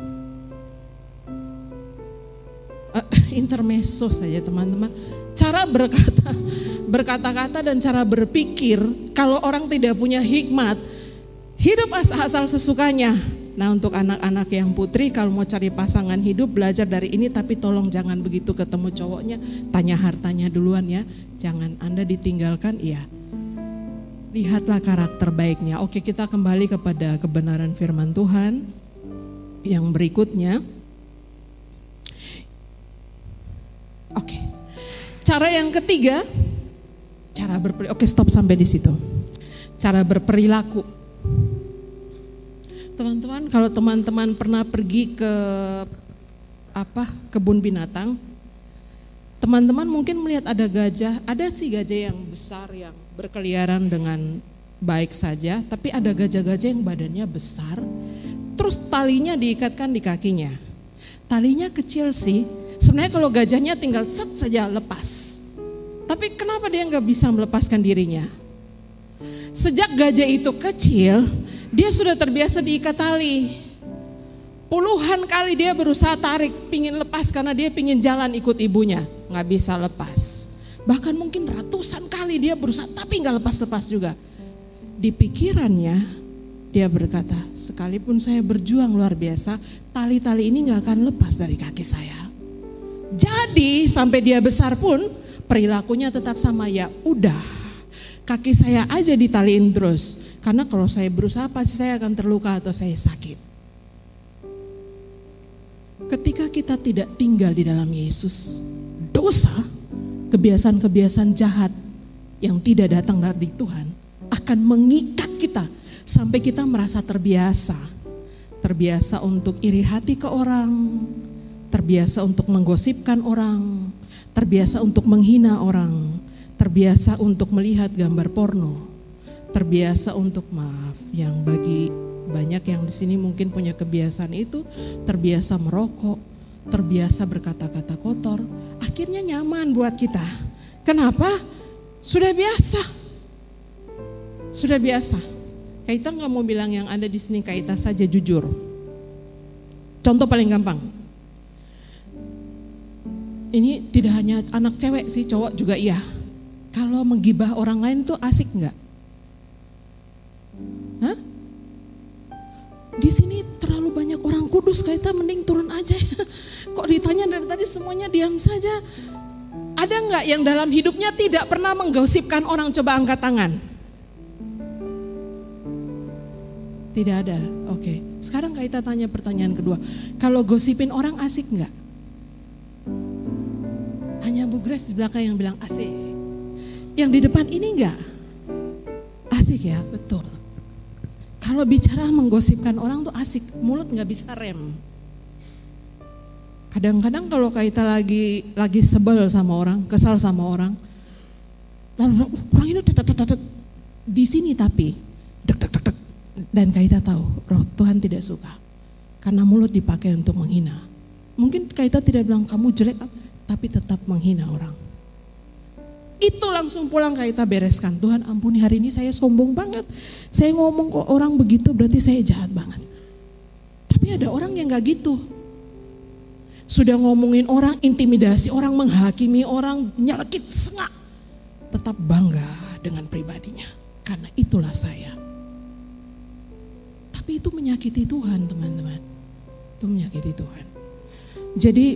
Intermezzo saja teman-teman. Cara berkata-kata dan cara berpikir, kalau orang tidak punya hikmat, hidup asal sesukanya. Nah, untuk anak-anak yang putri, kalau mau cari pasangan hidup, belajar dari ini, tapi tolong jangan begitu ketemu cowoknya, tanya hartanya duluan ya. Jangan Anda ditinggalkan, iya. Lihatlah karakter baiknya. Oke, kita kembali kepada kebenaran firman Tuhan. Yang berikutnya. Oke. Cara yang ketiga, oke stop sampai di situ. Cara berperilaku. Teman-teman, kalau teman-teman pernah pergi ke kebun binatang, teman-teman mungkin melihat ada gajah, ada sih gajah yang besar yang berkeliaran dengan baik saja, tapi ada gajah-gajah yang badannya besar, terus talinya diikatkan di kakinya. Talinya kecil sih. Sebenarnya kalau gajahnya tinggal set saja lepas. Tapi kenapa dia nggak bisa melepaskan dirinya? Sejak gajah itu kecil, dia sudah terbiasa diikat tali. Puluhan kali dia berusaha tarik, pingin lepas karena dia pingin jalan ikut ibunya. Nggak bisa lepas. Bahkan mungkin ratusan kali dia berusaha tapi nggak lepas-lepas juga. Di pikirannya dia berkata, sekalipun saya berjuang luar biasa, tali-tali ini nggak akan lepas dari kaki saya. Jadi sampai dia besar pun perilakunya tetap sama, ya udah kaki saya aja ditaliin terus. Karena kalau saya berusaha pasti saya akan terluka atau saya sakit. Ketika kita tidak tinggal di dalam Yesus, dosa, kebiasaan-kebiasaan jahat yang tidak datang dari Tuhan akan mengikat kita sampai kita merasa terbiasa. Terbiasa untuk iri hati ke orang, terbiasa untuk menggosipkan orang, terbiasa untuk menghina orang, terbiasa untuk melihat gambar porno, terbiasa untuk yang bagi banyak yang di sini mungkin punya kebiasaan itu, terbiasa merokok, terbiasa berkata-kata kotor, akhirnya nyaman buat kita. Kenapa? Sudah biasa. Sudah biasa. Kaita nggak mau bilang yang ada di sini Kaita saja jujur. Contoh paling gampang. Ini tidak hanya anak cewek sih, cowok juga iya. Kalau menggibah orang lain tuh asik nggak? Hah? Di sini terlalu banyak orang kudus, Kaita mending turun aja. Kok ditanya dari tadi semuanya diam saja. Ada nggak yang dalam hidupnya tidak pernah menggosipkan orang? Coba angkat tangan. Tidak ada. Oke. Sekarang Kaita tanya pertanyaan kedua. Kalau gosipin orang asik nggak? Hanya Bu Grace di belakang yang bilang asik. Yang di depan ini nggak? Asik ya, betul. Kalau bicara menggosipkan orang tuh asik, mulut nggak bisa rem. Kadang-kadang kalau Kaita lagi sebel sama orang, kesal sama orang, lalu orang ini di sini tapi dek, dan Kaita tahu Roh Tuhan tidak suka karena mulut dipakai untuk menghina. Mungkin Kaita tidak bilang kamu jelek, tapi tetap menghina orang. Itu langsung pulang Kaita bereskan. Tuhan ampuni, hari ini saya sombong banget. Saya ngomong kok orang begitu berarti saya jahat banget. Tapi ada orang yang gak gitu. Sudah ngomongin orang, intimidasi orang, menghakimi orang, nyelekit sengak. Tetap bangga dengan pribadinya. Karena itulah saya. Tapi itu menyakiti Tuhan teman-teman. Itu menyakiti Tuhan. Jadi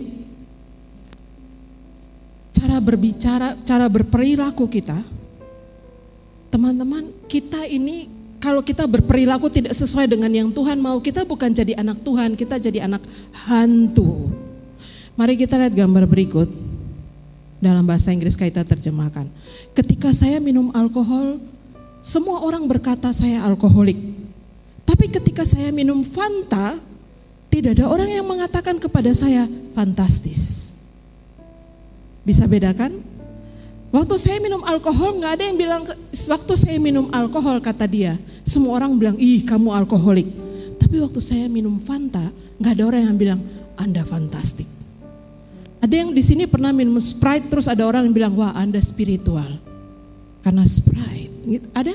cara berbicara, cara berperilaku kita, teman-teman, kita ini kalau kita berperilaku tidak sesuai dengan yang Tuhan mau, kita bukan jadi anak Tuhan, kita jadi anak hantu. Mari kita lihat gambar berikut. Dalam bahasa Inggris Kaita terjemahkan. Ketika saya minum alkohol, semua orang berkata saya alkoholik. Tapi ketika saya minum Fanta, tidak ada orang yang mengatakan kepada saya fantastis. Bisa bedakan? Waktu saya minum alkohol gak ada yang bilang, waktu saya minum alkohol kata dia, semua orang bilang, ih kamu alkoholik. Tapi waktu saya minum Fanta, gak ada orang yang bilang, Anda fantastik. Ada yang di sini pernah minum Sprite, terus ada orang yang bilang, wah Anda spiritual. Karena Sprite, ada?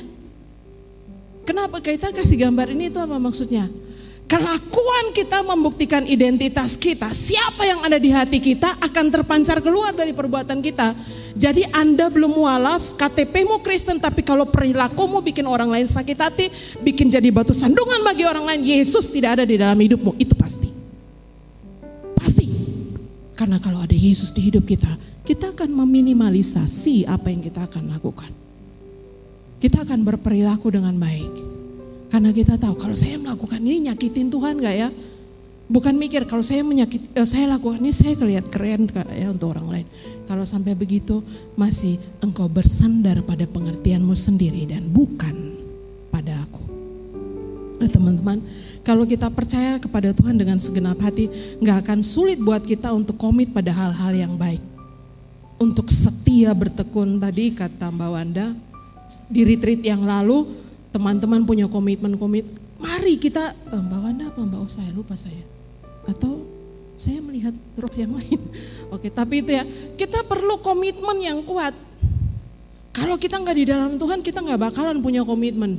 Kenapa kita kasih gambar ini, itu apa maksudnya? Kelakuan kita membuktikan identitas kita. Siapa yang ada di hati kita akan terpancar keluar dari perbuatan kita. Jadi Anda belum mualaf, KTP-mu Kristen, tapi kalau perilakumu bikin orang lain sakit hati, bikin jadi batu sandungan bagi orang lain, Yesus tidak ada di dalam hidupmu, itu pasti. Pasti. Karena kalau ada Yesus di hidup kita, kita akan meminimalisasi apa yang kita akan lakukan. Kita akan berperilaku dengan baik. Karena kita tahu kalau saya melakukan ini nyakitin Tuhan gak ya? Bukan mikir kalau saya saya lakukan ini saya kelihatan keren gak ya untuk orang lain. Kalau sampai begitu masih engkau bersandar pada pengertianmu sendiri dan bukan pada aku. Nah, teman-teman, kalau kita percaya kepada Tuhan dengan segenap hati, gak akan sulit buat kita untuk komit pada hal-hal yang baik. Untuk setia bertekun tadi kata Mbak Wanda, di retreat yang lalu, teman-teman punya komitmen, mari kita, Mbak Wanda apa Mbak Osa, lupa saya. Atau saya melihat roh yang lain. Oke, tapi itu ya, kita perlu komitmen yang kuat. Kalau kita nggak di dalam Tuhan, kita nggak bakalan punya komitmen.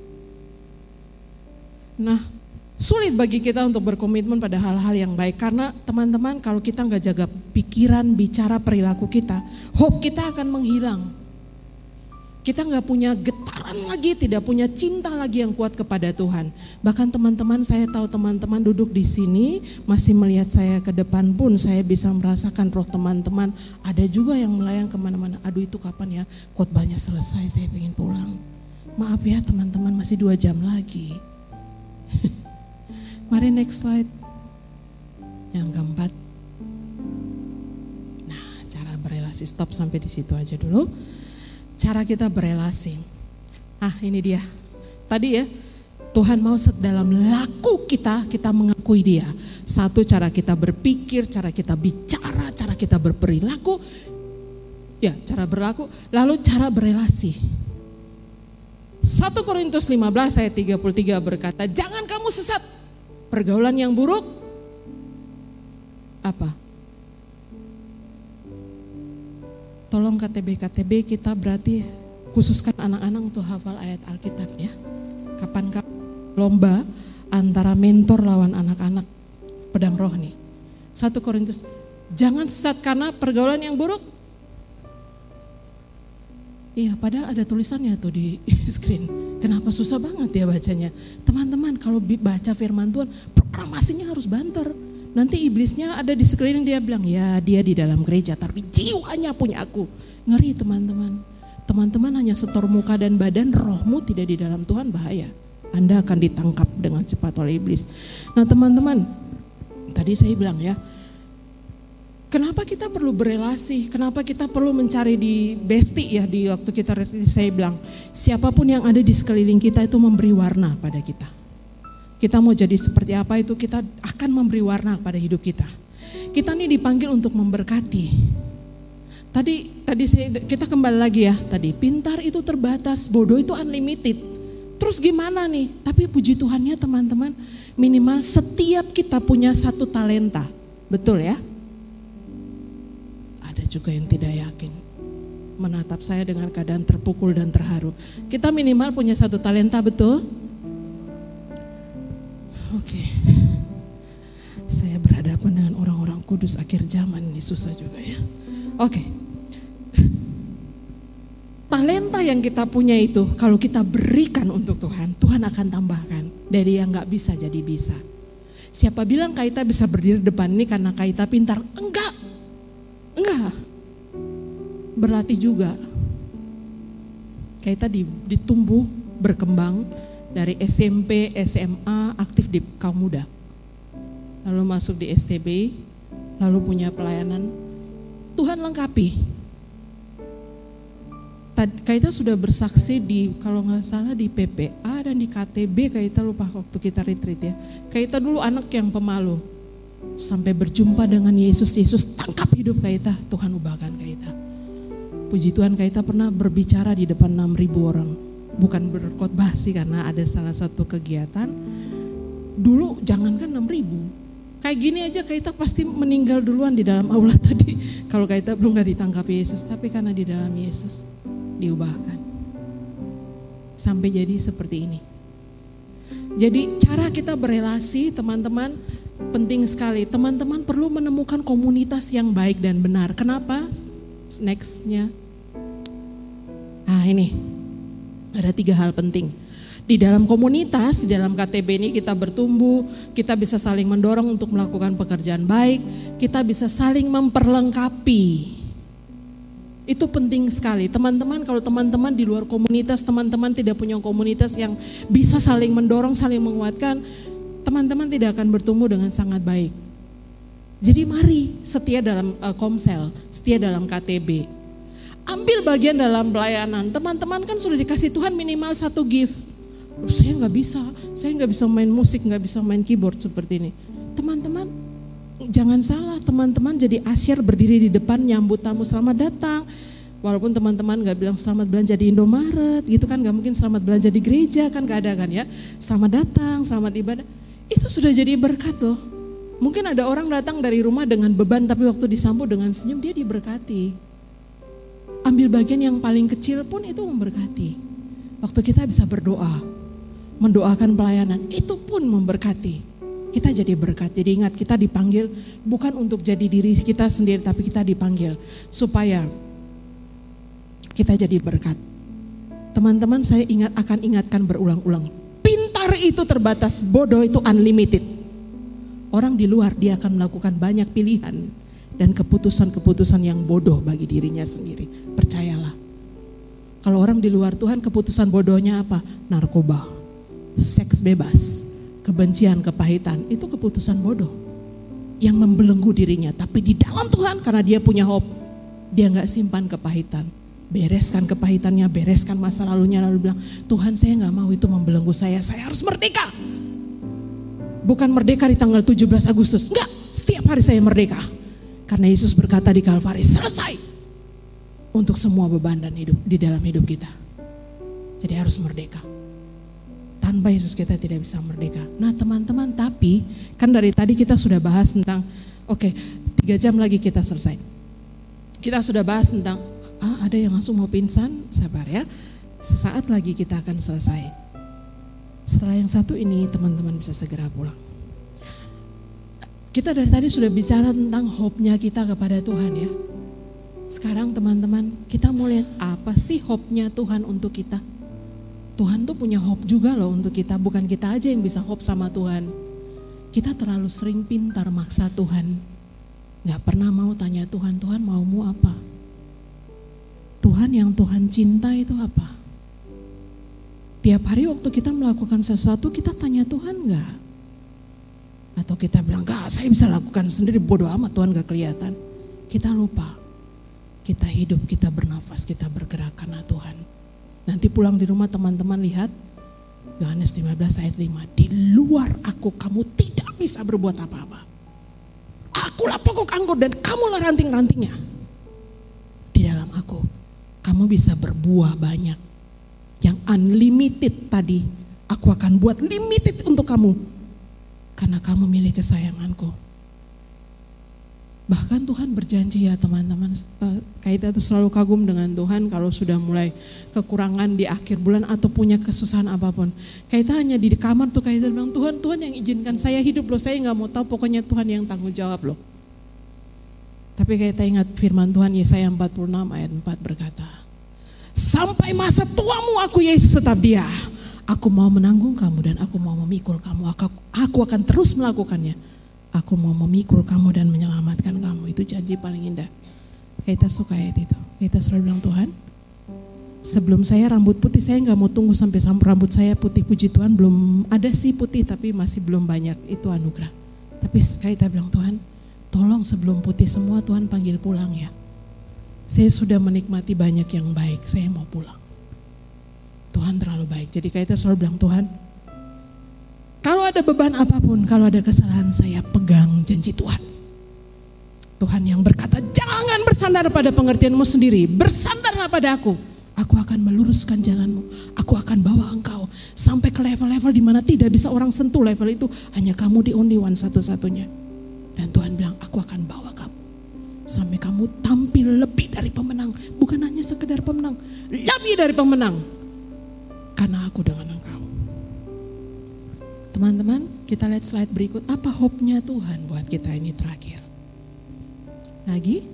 Nah, sulit bagi kita untuk berkomitmen pada hal-hal yang baik. Karena teman-teman, kalau kita nggak jaga pikiran, bicara, perilaku kita, hope kita akan menghilang. Kita nggak punya getaran lagi, tidak punya cinta lagi yang kuat kepada Tuhan. Bahkan teman-teman, saya tahu teman-teman duduk di sini masih melihat saya ke depan pun saya bisa merasakan roh teman-teman. Ada juga yang melayang kemana-mana. Aduh itu kapan ya khotbahnya selesai, saya pengen pulang. Maaf ya teman-teman, masih 2 jam lagi. Mari next slide. Yang keempat. Nah, cara berelasi, stop sampai di situ aja dulu. Cara kita berelasi. Ini dia. Tadi ya, Tuhan mau dalam laku kita mengakui dia. Satu, cara kita berpikir, cara kita bicara, cara kita berperilaku. Ya, cara berlaku, lalu cara berelasi. 1 Korintus 15 ayat 33 berkata, jangan kamu sesat. Pergaulan yang buruk apa? Tolong KTB kita berarti khususkan anak-anak untuk hafal ayat Alkitab ya. Kapan lomba antara mentor lawan anak-anak pedang roh nih. 1 Korintus, jangan sesat karena pergaulan yang buruk. Iya, padahal ada tulisannya tuh di screen. Kenapa susah banget ya bacanya? Teman-teman, kalau baca firman Tuhan, proklamasinya harus banter. Nanti iblisnya ada di sekeliling, dia bilang, ya dia di dalam gereja, tapi jiwanya punya aku. Ngeri teman-teman. Teman-teman hanya setor muka dan badan, rohmu tidak di dalam Tuhan, bahaya. Anda akan ditangkap dengan cepat oleh iblis. Nah teman-teman, tadi saya bilang ya, kenapa kita perlu berelasi? Kenapa kita perlu mencari di Besti ya, di waktu kita saya bilang, siapapun yang ada di sekeliling kita itu memberi warna pada kita. Kita mau jadi seperti apa itu, kita akan memberi warna pada hidup kita. Kita ini dipanggil untuk memberkati. Tadi kita kembali lagi ya, tadi pintar itu terbatas, bodoh itu unlimited. Terus gimana nih? Tapi puji Tuhannya teman-teman, minimal setiap kita punya 1 talenta. Betul ya? Ada juga yang tidak yakin, menatap saya dengan keadaan terpukul dan terharu. Kita minimal punya 1 talenta, betul? Oke. Saya berhadapan dengan orang-orang kudus akhir zaman, ini susah juga ya. Oke. Talenta yang kita punya itu kalau kita berikan untuk Tuhan, Tuhan akan tambahkan. Dari yang gak bisa jadi bisa. Siapa bilang Kaita bisa berdiri depan ini karena Kaita pintar? Enggak. Berlatih juga. Kaita ditumbuh, berkembang dari SMP, SMA, aktif di kaum muda. Lalu masuk di STB, lalu punya pelayanan. Tuhan lengkapi. Kaita sudah bersaksi di, kalau nggak salah di PPA dan di KTB, Kaita lupa waktu kita retreat ya. Kaita dulu anak yang pemalu. Sampai berjumpa dengan Yesus tangkap hidup Kaita, Tuhan ubahkan Kaita. Puji Tuhan, Kaita pernah berbicara di depan 6.000 orang. Bukan berkhotbah sih, karena ada salah satu kegiatan. Dulu jangankan 6.000, kayak gini aja Kaita pasti meninggal duluan di dalam aula tadi. Kalau Kaita belum gak ditangkap Yesus, tapi karena di dalam Yesus diubahkan. Sampai jadi seperti ini. Jadi cara kita berelasi teman-teman penting sekali. Teman-teman perlu menemukan komunitas yang baik dan benar. Kenapa? Nextnya. Nah ini, ada 3 hal penting. Di dalam komunitas, di dalam KTB ini kita bertumbuh, kita bisa saling mendorong untuk melakukan pekerjaan baik, kita bisa saling memperlengkapi. Itu penting sekali. Teman-teman, kalau teman-teman di luar komunitas, teman-teman tidak punya komunitas yang bisa saling mendorong, saling menguatkan, teman-teman tidak akan bertumbuh dengan sangat baik. Jadi mari setia dalam komsel, setia dalam KTB. Ambil bagian dalam pelayanan. Teman-teman kan sudah dikasih Tuhan minimal 1 gift. Saya nggak bisa main musik, nggak bisa main keyboard seperti ini. Teman-teman, jangan salah, teman-teman jadi asyir berdiri di depan nyambut tamu selamat datang. Walaupun teman-teman nggak bilang selamat belanja di Indomaret, gitu kan, nggak mungkin selamat belanja di gereja kan, nggak ada kan ya. Selamat datang, selamat ibadah, itu sudah jadi berkat loh. Mungkin ada orang datang dari rumah dengan beban, tapi waktu disambut dengan senyum dia diberkati. Ambil bagian yang paling kecil pun itu memberkati. Waktu kita bisa berdoa, mendoakan pelayanan, itu pun memberkati. Kita jadi berkat. Jadi ingat, kita dipanggil bukan untuk jadi diri kita sendiri, tapi kita dipanggil supaya kita jadi berkat. Teman-teman, saya akan ingatkan berulang-ulang. Pintar itu terbatas, bodoh itu unlimited. Orang di luar dia akan melakukan banyak pilihan dan keputusan-keputusan yang bodoh bagi dirinya sendiri. Percayalah. Kalau orang di luar Tuhan, keputusan bodohnya apa? Narkoba, seks bebas, kebencian, kepahitan, itu keputusan bodoh yang membelenggu dirinya. Tapi di dalam Tuhan, karena dia punya hope, dia gak simpan kepahitan. Bereskan kepahitannya, bereskan masa lalunya, lalu bilang, Tuhan saya gak mau itu membelenggu saya harus merdeka. Bukan merdeka di tanggal 17 Agustus, enggak, setiap hari saya merdeka. Karena Yesus berkata di Kalvari, selesai untuk semua beban dan hidup di dalam hidup kita. Jadi harus merdeka. Tanpa Yesus kita tidak bisa merdeka. Nah teman-teman, tapi kan dari tadi kita sudah bahas tentang Oke, 3 jam lagi kita selesai. Kita sudah bahas tentang, ada yang langsung mau pingsan, sabar ya. Sesaat lagi kita akan selesai. Setelah yang satu ini teman-teman bisa segera pulang. Kita dari tadi sudah bicara tentang hope-nya kita kepada Tuhan ya. Sekarang teman-teman, kita mau lihat apa sih hope-nya Tuhan untuk kita. Tuhan tuh punya hope juga loh untuk kita, bukan kita aja yang bisa hope sama Tuhan. Kita terlalu sering pintar maksa Tuhan. Gak pernah mau tanya Tuhan, Tuhan maumu apa? Tuhan yang Tuhan cinta itu apa? Tiap hari waktu kita melakukan sesuatu, kita tanya Tuhan gak? Atau kita bilang, gak, saya bisa lakukan sendiri, bodoh amat, Tuhan gak kelihatan. Kita lupa, kita hidup, kita bernafas, kita bergerak karena Tuhan. Nanti pulang di rumah teman-teman lihat, Yohanes 15 ayat 5, di luar aku kamu tidak bisa berbuat apa-apa. Akulah pokok anggur dan kamulah ranting-rantingnya. Di dalam aku, kamu bisa berbuah banyak. Yang unlimited tadi, aku akan buat limited untuk kamu. Karena kamu milik kesayanganku. Bahkan Tuhan berjanji ya teman-teman, kita tuh selalu kagum dengan Tuhan kalau sudah mulai kekurangan di akhir bulan atau punya kesusahan apapun. Kita hanya di kamar tuh kita bilang, Tuhan yang izinkan saya hidup loh, saya gak mau tahu, pokoknya Tuhan yang tanggung jawab loh. Tapi kita ingat firman Tuhan Yesaya 46 ayat 4 berkata, sampai masa tuamu aku Yesus tetap dia. Aku mau menanggung kamu dan aku mau memikul kamu, aku akan terus melakukannya. Aku mau memikul kamu dan menyelamatkan kamu. Itu janji paling indah. Kita suka ayat itu. Kita selalu bilang, Tuhan, sebelum saya rambut putih, saya gak mau tunggu sampai rambut saya putih. Puji Tuhan, belum ada sih putih tapi masih belum banyak. Itu anugerah. Tapi kita bilang, Tuhan, tolong sebelum putih semua Tuhan panggil pulang ya. Saya sudah menikmati banyak yang baik, saya mau pulang. Tuhan terlalu baik. Jadi kita selalu bilang, Tuhan, kalau ada beban apapun, kalau ada kesalahan, saya pegang janji Tuhan. Tuhan yang berkata, jangan bersandar pada pengertianmu sendiri, bersandarlah pada aku. Aku akan meluruskan jalanmu, aku akan bawa engkau sampai ke level-level di mana tidak bisa orang sentuh level itu, hanya kamu the only one satu-satunya. Dan Tuhan bilang, aku akan bawa kamu sampai kamu tampil lebih dari pemenang, bukan hanya sekedar pemenang, lebih dari pemenang. Karena aku dengan engkau. Teman-teman, kita lihat slide berikut. Apa hope-nya Tuhan buat kita ini terakhir? Lagi?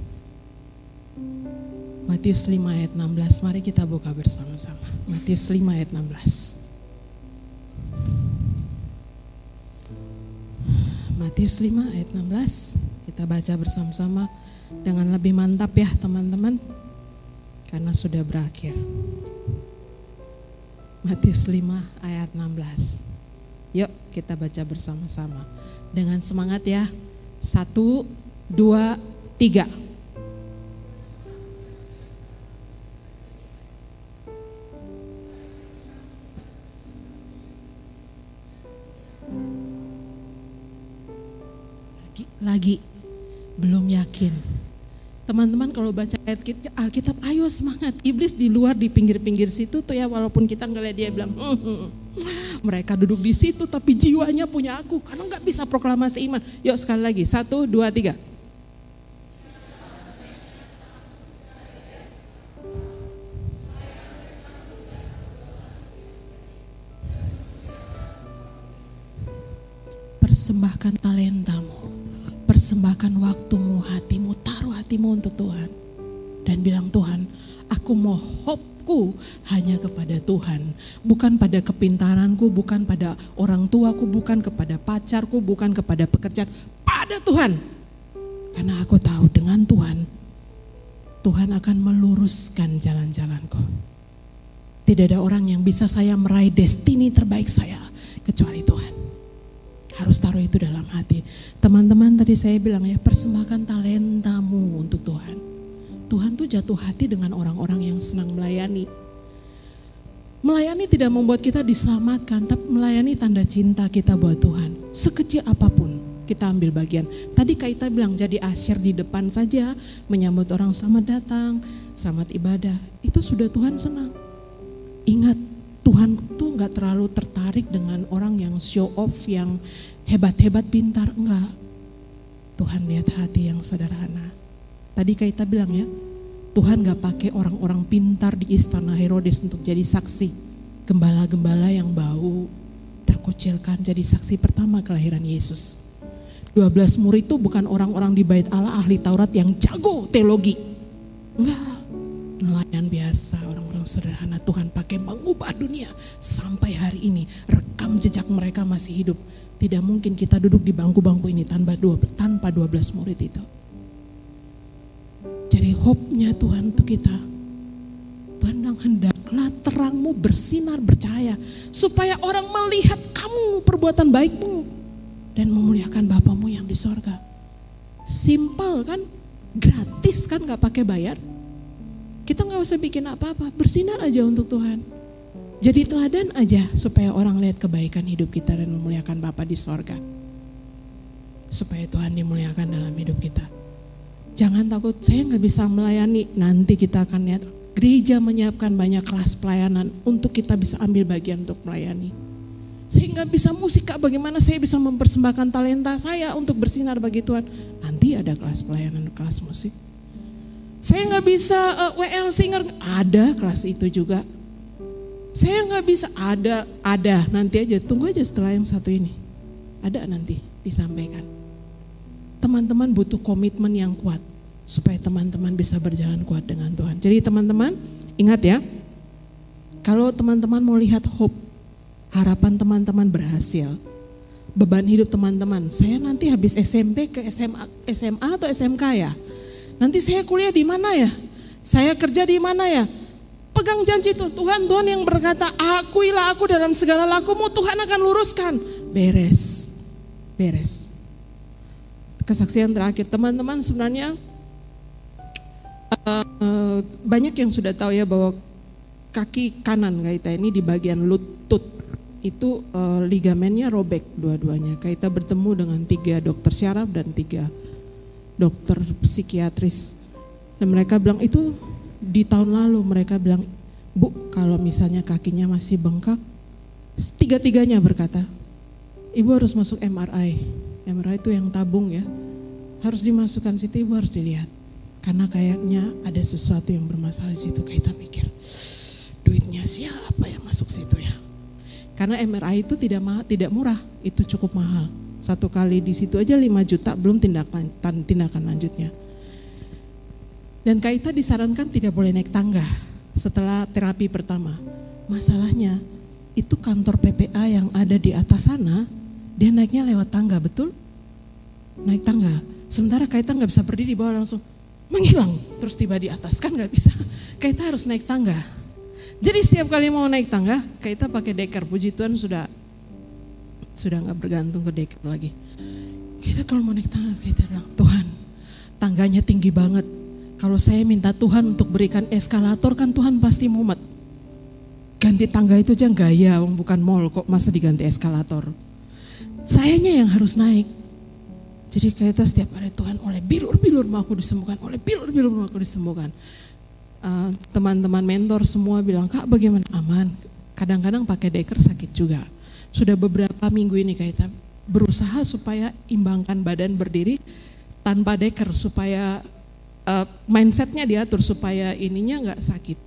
Matius 5 ayat 16. Mari kita buka bersama-sama. Matius 5 ayat 16. Matius 5 ayat 16. Kita baca bersama-sama dengan lebih mantap ya teman-teman. Karena sudah berakhir. Matius 5 ayat 16. Yuk kita baca bersama-sama dengan semangat ya. 1, 2, 3. Lagi belum yakin. Teman-teman kalau baca ayat Alkitab, ayo semangat. Iblis di luar di pinggir-pinggir situ tuh ya, walaupun kita ngeliat dia bilang, mereka duduk di situ tapi jiwanya punya aku karena nggak bisa proklamasi iman. Yuk sekali lagi, 1, 2, 3. Persembahkan talentamu, persembahkan waktumu, hatimu, taruh hatimu untuk Tuhan. Dan bilang, Tuhan, aku mau hope-ku hanya kepada Tuhan. Bukan pada kepintaranku, bukan pada orang tuaku, bukan kepada pacarku, bukan kepada pekerjaan. Pada Tuhan. Karena aku tahu dengan Tuhan, Tuhan akan meluruskan jalan-jalanku. Tidak ada orang yang bisa saya meraih destiny terbaik saya kecuali Tuhan. Harus taruh itu dalam hati. Teman-teman tadi saya bilang ya, persembahkan talentamu untuk Tuhan. Tuhan tuh jatuh hati dengan orang-orang yang senang melayani. Melayani tidak membuat kita diselamatkan, tapi melayani tanda cinta kita buat Tuhan. Sekecil apapun kita ambil bagian. Tadi Kaita bilang jadi asyir di depan saja, menyambut orang selamat datang, selamat ibadah. Itu sudah Tuhan senang. Ingat, Tuhan tuh gak terlalu tertarik dengan orang yang show off, yang hebat-hebat pintar, enggak. Tuhan lihat hati yang sederhana. Tadi Kaita bilang ya, Tuhan gak pakai orang-orang pintar di istana Herodes untuk jadi saksi. Gembala-gembala yang bau terkucilkan jadi saksi pertama kelahiran Yesus. 12 murid itu bukan orang-orang di bait Allah ahli Taurat yang jago teologi. Enggak, nelayan biasa, orang-orang sederhana Tuhan pakai mengubah dunia. Sampai hari ini rekam jejak mereka masih hidup. Tidak mungkin kita duduk di bangku-bangku ini tanpa 12 murid itu. Jadi hope-nya Tuhan untuk kita. Tuhan bilang hendaklah terangmu bersinar bercahaya supaya orang melihat kamu perbuatan baikmu dan memuliakan Bapamu yang di sorga. Simpel kan, gratis kan, gak pakai bayar. Kita gak usah bikin apa-apa, bersinar aja untuk Tuhan. Jadi teladan aja supaya orang lihat kebaikan hidup kita dan memuliakan Bapa di sorga. Supaya Tuhan dimuliakan dalam hidup kita. Jangan takut, saya gak bisa melayani. Nanti kita akan lihat gereja menyiapkan banyak kelas pelayanan untuk kita bisa ambil bagian untuk melayani. Saya gak bisa musik, Kak, bagaimana saya bisa mempersembahkan talenta saya untuk bersinar bagi Tuhan. Nanti ada kelas pelayanan, kelas musik. Saya gak bisa WL singer, ada kelas itu juga. Saya gak bisa, ada, nanti aja, tunggu aja setelah yang satu ini. Ada nanti disampaikan. Teman-teman butuh komitmen yang kuat supaya teman-teman bisa berjalan kuat dengan Tuhan. Jadi teman-teman ingat ya, kalau teman-teman mau lihat hope, harapan teman-teman berhasil, beban hidup teman-teman, saya nanti habis SMP ke SMA atau SMK ya, nanti saya kuliah di mana ya, saya kerja di mana ya, pegang janji itu, Tuhan yang berkata, akuilah aku dalam segala lakumu, Tuhan akan luruskan, beres. Kesaksian terakhir teman-teman, sebenarnya banyak yang sudah tahu ya bahwa kaki kanan Kaita ini di bagian lutut itu ligamennya robek dua-duanya. Kaita bertemu dengan 3 dokter syaraf dan 3 dokter psikiatris dan mereka bilang itu di tahun lalu. Mereka bilang, Bu, kalau misalnya kakinya masih bengkak, tiga-tiganya berkata, Ibu harus masuk MRI. MRI itu yang tabung ya, harus dimasukkan situ, Ibu harus dilihat. Karena kayaknya ada sesuatu yang bermasalah di situ. Kita mikir, duitnya siapa yang masuk situ ya? Karena MRI itu tidak murah, itu cukup mahal. 1 kali di situ aja 5 juta, belum tindakan lanjutnya. Dan Kaita disarankan tidak boleh naik tangga setelah terapi pertama. Masalahnya itu kantor PPA yang ada di atas sana, dia naiknya lewat tangga, betul? Naik tangga. Sementara Kaita gak bisa berdiri di bawah, langsung menghilang terus tiba di atas, kan gak bisa. Kaita harus naik tangga. Jadi setiap kali mau naik tangga, Kaita pakai deker. Puji Tuhan sudah gak bergantung ke deker lagi. Kita kalau mau naik tangga, Kaita bilang, Tuhan tangganya tinggi banget. Kalau saya minta Tuhan untuk berikan eskalator, kan Tuhan pasti mumet. Ganti tangga itu aja gaya, bukan mall kok, masa diganti eskalator. Sayanya yang harus naik. Jadi Kaita setiap hari, Tuhan oleh bilur-bilur mau aku disembuhkan, oleh bilur-bilur mau aku disembuhkan. Teman-teman mentor semua bilang, Kak bagaimana? Aman. Kadang-kadang pakai deker sakit juga. Sudah beberapa minggu ini Kaita berusaha supaya imbangkan badan berdiri tanpa deker, supaya mindsetnya diatur supaya ininya gak sakit.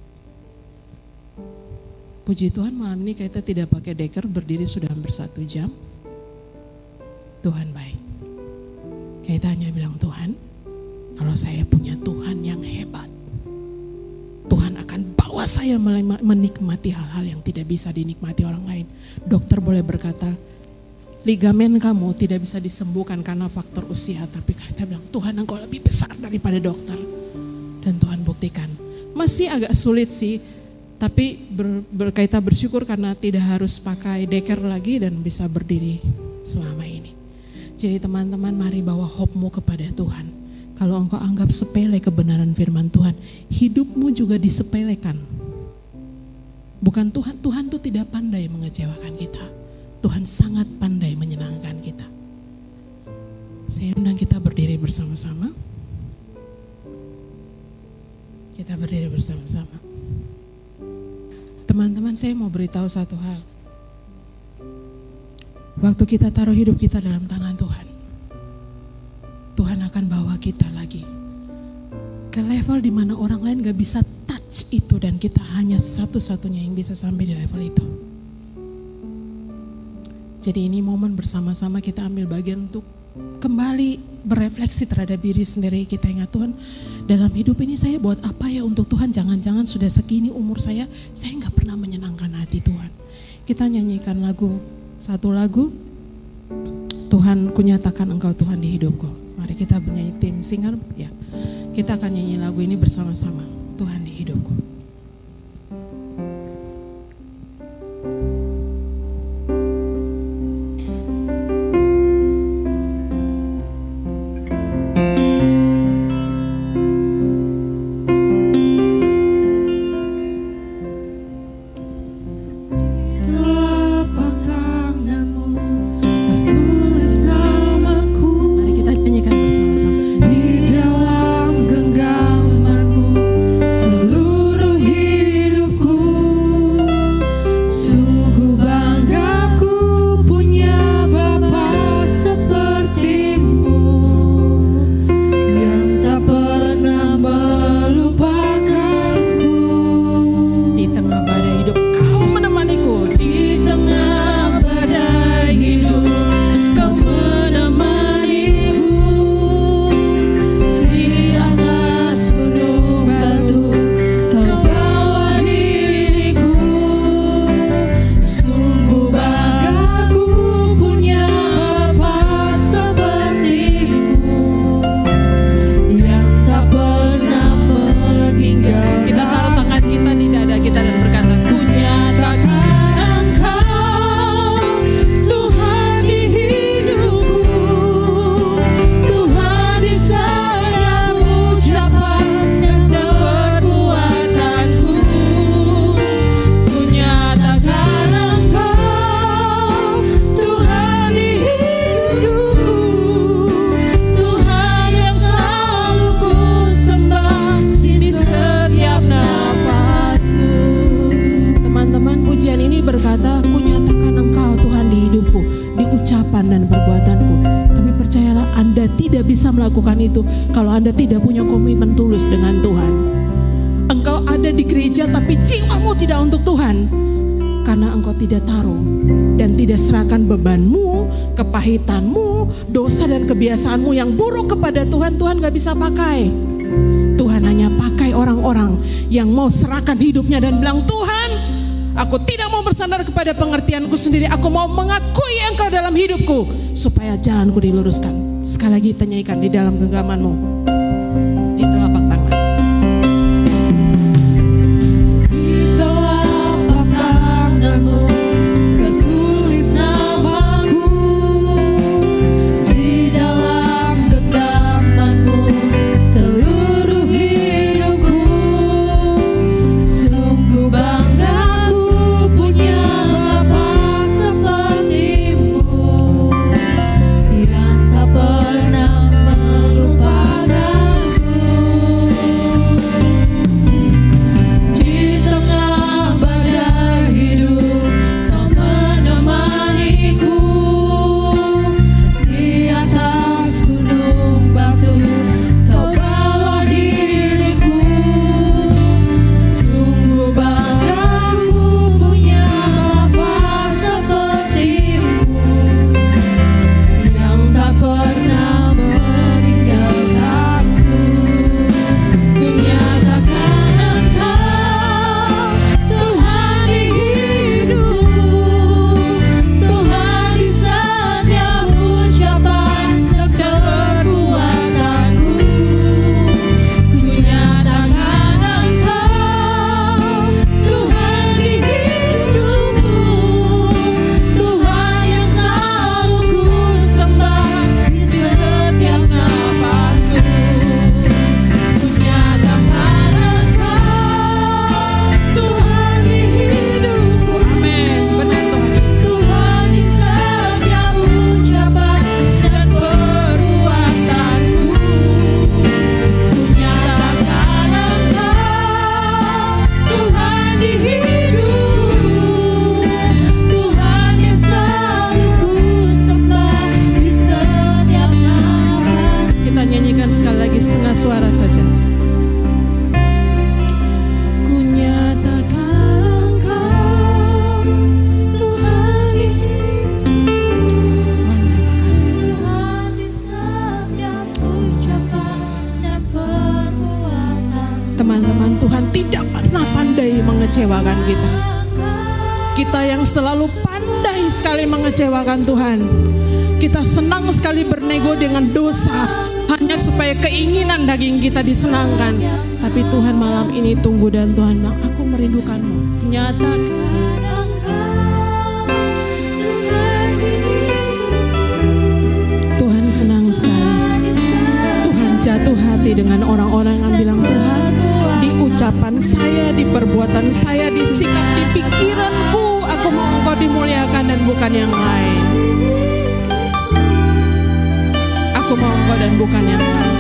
Puji Tuhan malam ini Kaita tidak pakai deker, berdiri sudah hampir 1 jam. Tuhan baik. Kaita hanya bilang, Tuhan, kalau saya punya Tuhan yang hebat, Tuhan akan bawa saya menikmati hal-hal yang tidak bisa dinikmati orang lain. Dokter boleh berkata, ligamen kamu tidak bisa disembuhkan karena faktor usia, tapi Kaita bilang, Tuhan engkau lebih besar daripada dokter. Dan Tuhan buktikan. Masih agak sulit sih, tapi Kaita bersyukur karena tidak harus pakai deker lagi dan bisa berdiri selama ini. Jadi teman-teman, mari bawa hope-mu kepada Tuhan. Kalau engkau anggap sepele kebenaran firman Tuhan, hidupmu juga disepelekan. Bukan Tuhan tuh tidak pandai mengecewakan kita. Tuhan sangat pandai menyenangkan kita. Saya undang kita berdiri bersama-sama. Kita berdiri bersama-sama. Teman-teman, saya mau beritahu satu hal. Waktu kita taruh hidup kita dalam tangan Tuhan kita lagi ke level dimana orang lain gak bisa touch itu, dan kita hanya satu-satunya yang bisa sampai di level itu. Jadi ini momen bersama-sama kita ambil bagian untuk kembali berefleksi terhadap diri sendiri. Kita ingat, Tuhan, dalam hidup ini saya buat apa ya untuk Tuhan? Jangan-jangan sudah segini umur saya gak pernah menyenangkan hati Tuhan. Kita nyanyikan satu lagu, Tuhan, kunyatakan Engkau Tuhan di hidupku. Mari kita bernyanyi, tim singer ya. Kita akan nyanyi lagu ini bersama-sama, Tuhan di hidupku. Melakukan itu kalau Anda tidak punya komitmen tulus dengan Tuhan. Engkau ada di gereja tapi jiwamu tidak untuk Tuhan, karena engkau tidak taruh dan tidak serahkan bebanmu, kepahitanmu, dosa dan kebiasaanmu yang buruk kepada Tuhan. Tuhan gak bisa pakai. Tuhan hanya pakai orang-orang yang mau serahkan hidupnya dan bilang, Tuhan, aku tidak mau bersandar kepada pengertianku sendiri. Aku mau mengakui Engkau dalam hidupku supaya jalanku diluruskan. Sekali lagi kita nyanyikan di dalam genggamanmu, di telapak tangan. Di telapak tanganmu tertulis namaku, di dalam genggamanmu seluruh hidupku. Sungguh bangga ku punya Bapa sepertimu, yang tak pernah melupakanku. suara saja. Ku nyatakan Engkau Tuhan di hidupku. Tuhan, terima kasih. Tuhan di setiap ucapan dan perbuatan. Teman-teman, Tuhan tidak pernah pandai mengecewakan kita. Kita yang selalu pandai sekali mengecewakan Tuhan. Kita senang sekali bernego dengan dosa hanya supaya keinginan daging kita disenangkan. Tapi Tuhan malam ini tunggu dan Tuhan bilang, aku merindukanmu. Nyatakan Tuhan senang sekali. Tuhan jatuh hati dengan orang-orang yang bilang, Tuhan, di ucapan saya, di perbuatan saya, di sikap, di pikiranku, aku mau Engkau dimuliakan dan bukan yang lain. Aku mau Engkau dan bukan yang lain.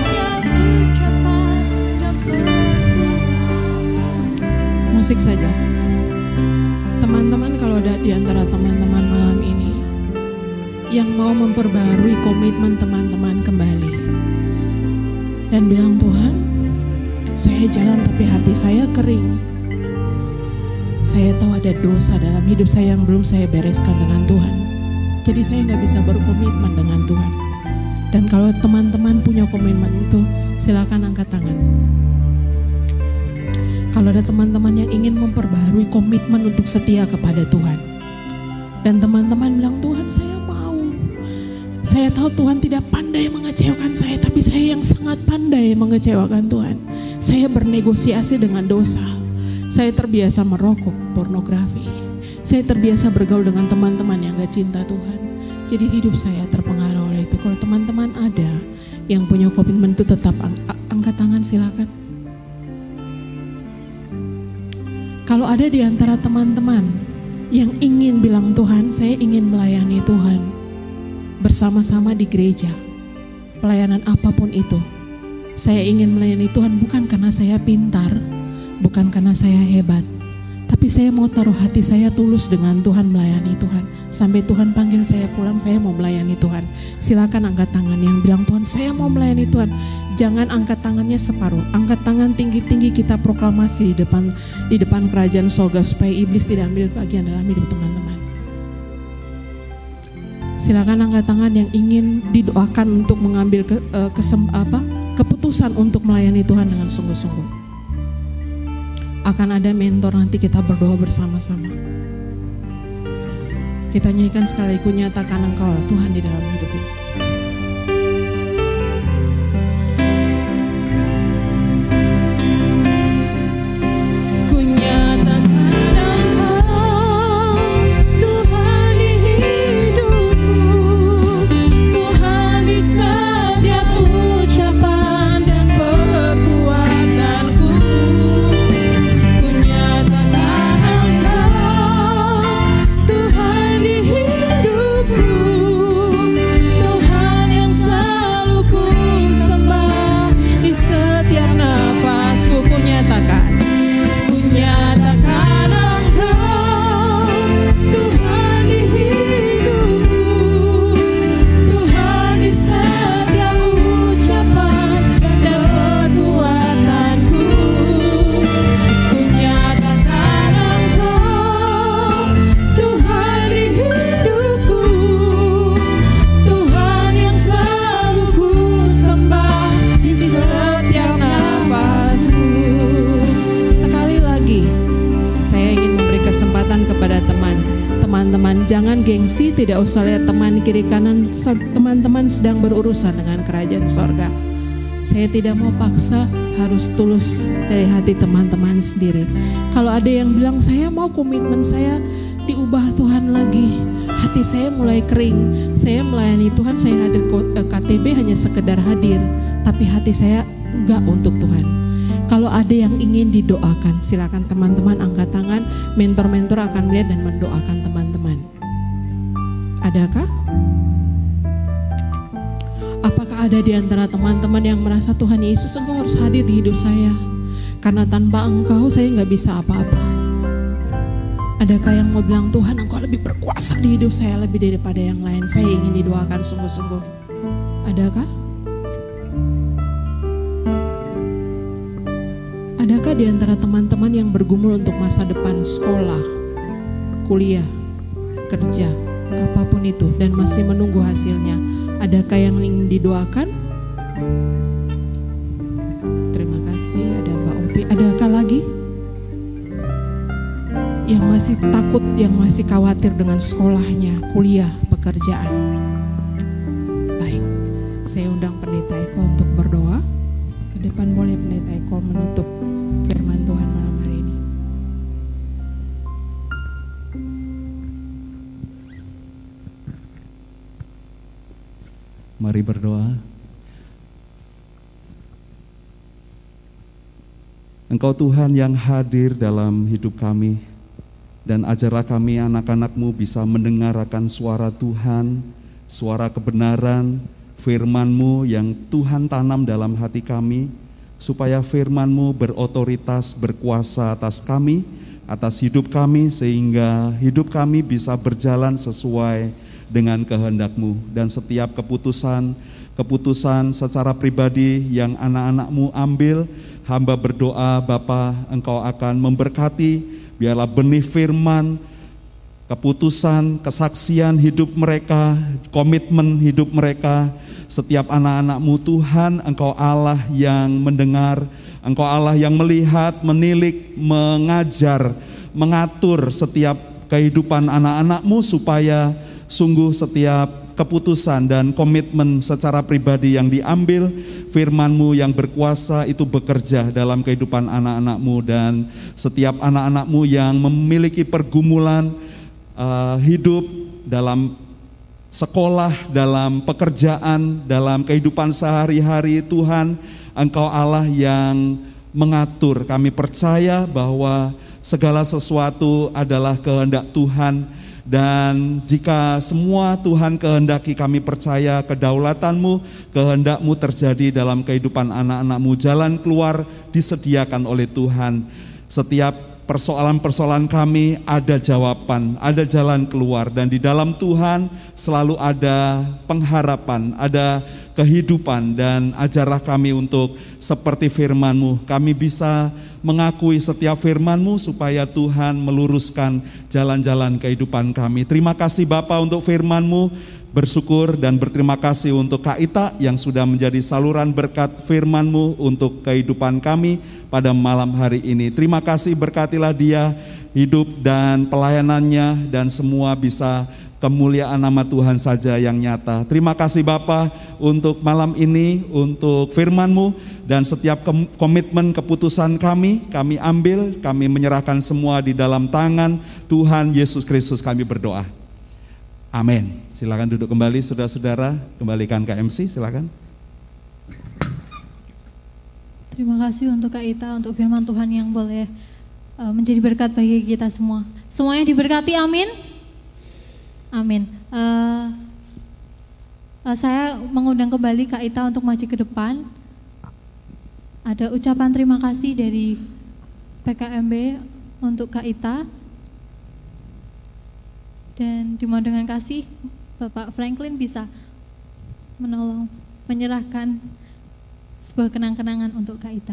Musik saja. Teman-teman, kalau ada di antara teman-teman malam ini yang mau memperbarui komitmen teman-teman kembali dan bilang, Tuhan, saya jalan tapi hati saya kering. Saya tahu ada dosa dalam hidup saya yang belum saya bereskan dengan Tuhan. Jadi saya gak bisa berkomitmen dengan Tuhan. Dan kalau teman-teman punya komitmen itu, silakan angkat tangan. Kalau ada teman-teman yang ingin memperbarui komitmen untuk setia kepada Tuhan, dan teman-teman bilang, Tuhan, saya mau. Saya tahu Tuhan tidak pandai mengecewakan saya, tapi saya yang sangat pandai mengecewakan Tuhan. Saya bernegosiasi dengan dosa. Saya terbiasa merokok, pornografi. Saya terbiasa bergaul dengan teman-teman yang gak cinta Tuhan. Jadi hidup saya terpengaruh oleh itu. Kalau teman-teman ada yang punya komitmen itu, tetap angkat tangan, silakan. Kalau ada di antara teman-teman yang ingin bilang, Tuhan, saya ingin melayani Tuhan bersama-sama di gereja, pelayanan apapun itu, saya ingin melayani Tuhan bukan karena saya pintar, bukan karena saya hebat, tapi saya mau taruh hati saya tulus dengan Tuhan, melayani Tuhan sampai Tuhan panggil saya pulang. Saya mau melayani Tuhan. Silakan angkat tangan yang bilang, Tuhan, saya mau melayani Tuhan. Jangan angkat tangannya separuh, angkat tangan tinggi-tinggi. Kita proklamasi di depan kerajaan sorga supaya iblis tidak ambil bagian dalam hidup teman-teman. Silakan angkat tangan yang ingin didoakan untuk mengambil keputusan untuk melayani Tuhan dengan sungguh-sungguh. Akan ada mentor, nanti kita berdoa bersama-sama. Kita nyanyikan sekali, ku nyatakan Engkau Tuhan di dalam hidupku. Jangan gengsi, tidak usah lihat teman kiri kanan. Teman-teman sedang berurusan dengan kerajaan sorga. Saya tidak mau paksa, harus tulus dari hati teman-teman sendiri. Kalau ada yang bilang, saya mau komitmen saya diubah Tuhan lagi, hati saya mulai kering, saya melayani Tuhan, saya hadir KTB hanya sekedar hadir, tapi hati saya enggak untuk Tuhan. Kalau ada yang ingin didoakan, silakan teman-teman angkat tangan. Mentor-mentor akan melihat dan mendoakan teman-teman. Adakah? Apakah ada di antara teman-teman yang merasa, Tuhan Yesus, Engkau harus hadir di hidup saya, karena tanpa Engkau saya gak bisa apa-apa? Adakah yang mau bilang, Tuhan, Engkau lebih berkuasa di hidup saya lebih daripada yang lain? Saya ingin didoakan sungguh-sungguh. Adakah? Adakah di antara teman-teman yang bergumul untuk masa depan sekolah, kuliah, kerja, apapun itu dan masih menunggu hasilnya? Adakah yang ingin didoakan? Terima kasih, ada Mbak Opi. Adakah lagi yang masih takut, yang masih khawatir dengan sekolahnya, kuliah, pekerjaan? Baik, saya undang Pendeta Eko untuk berdoa. Ke depan boleh Pendeta Eko menutup firman Tuhan malam hari ini. Mari berdoa. Engkau Tuhan yang hadir dalam hidup kami, dan ajarlah kami anak-anak-Mu bisa mendengarkan suara Tuhan, suara kebenaran, firman-Mu yang Tuhan tanam dalam hati kami, supaya firman-Mu berotoritas, berkuasa atas kami, atas hidup kami, sehingga hidup kami bisa berjalan sesuai dengan kehendak-Mu. Dan setiap keputusan secara pribadi yang anak-anak-Mu ambil, hamba berdoa Bapa, Engkau akan memberkati, biarlah benih firman, keputusan, kesaksian hidup mereka, komitmen hidup mereka, setiap anak-anak-Mu Tuhan, Engkau Allah yang mendengar, Engkau Allah yang melihat, menilik, mengajar, mengatur setiap kehidupan anak-anak-Mu, supaya sungguh setiap keputusan dan komitmen secara pribadi yang diambil, firman-Mu yang berkuasa itu bekerja dalam kehidupan anak-anak-Mu, dan setiap anak-anak-Mu yang memiliki pergumulan hidup dalam sekolah, dalam pekerjaan, dalam kehidupan sehari-hari, Tuhan, Engkau Allah yang mengatur. Kami percaya bahwa segala sesuatu adalah kehendak Tuhan, dan jika semua Tuhan kehendaki, kami percaya kedaulatan-Mu, kehendak-Mu terjadi dalam kehidupan anak-anak-Mu. Jalan keluar disediakan oleh Tuhan. Setiap persoalan-persoalan kami ada jawaban, ada jalan keluar, dan di dalam Tuhan selalu ada pengharapan, ada kehidupan. Dan ajarlah kami untuk seperti firman-Mu, kami bisa mengakui setiap firman-Mu supaya Tuhan meluruskan jalan-jalan kehidupan kami. Terima kasih Bapa untuk firman-Mu, bersyukur dan berterima kasih untuk Kak Ita yang sudah menjadi saluran berkat firman-Mu untuk kehidupan kami pada malam hari ini. Terima kasih, berkatilah dia, hidup dan pelayanannya, dan semua bisa kemuliaan nama Tuhan saja yang nyata. Terima kasih Bapa untuk malam ini, untuk firman-Mu, dan setiap komitmen keputusan kami ambil, kami menyerahkan semua di dalam tangan Tuhan Yesus Kristus kami berdoa. Amin. Silakan duduk kembali saudara-saudara, kembalikan ke MC, silakan. Terima kasih untuk Kak Ita, untuk firman Tuhan yang boleh menjadi berkat bagi kita semua. Semuanya diberkati, amin. Amin. Saya mengundang kembali Kak Ita untuk maju ke depan. Ada ucapan terima kasih dari PKMB untuk Kak Ita. Dan dimohon dengan kasih Bapak Franklin bisa menolong menyerahkan sebuah kenang-kenangan untuk Kak Ita.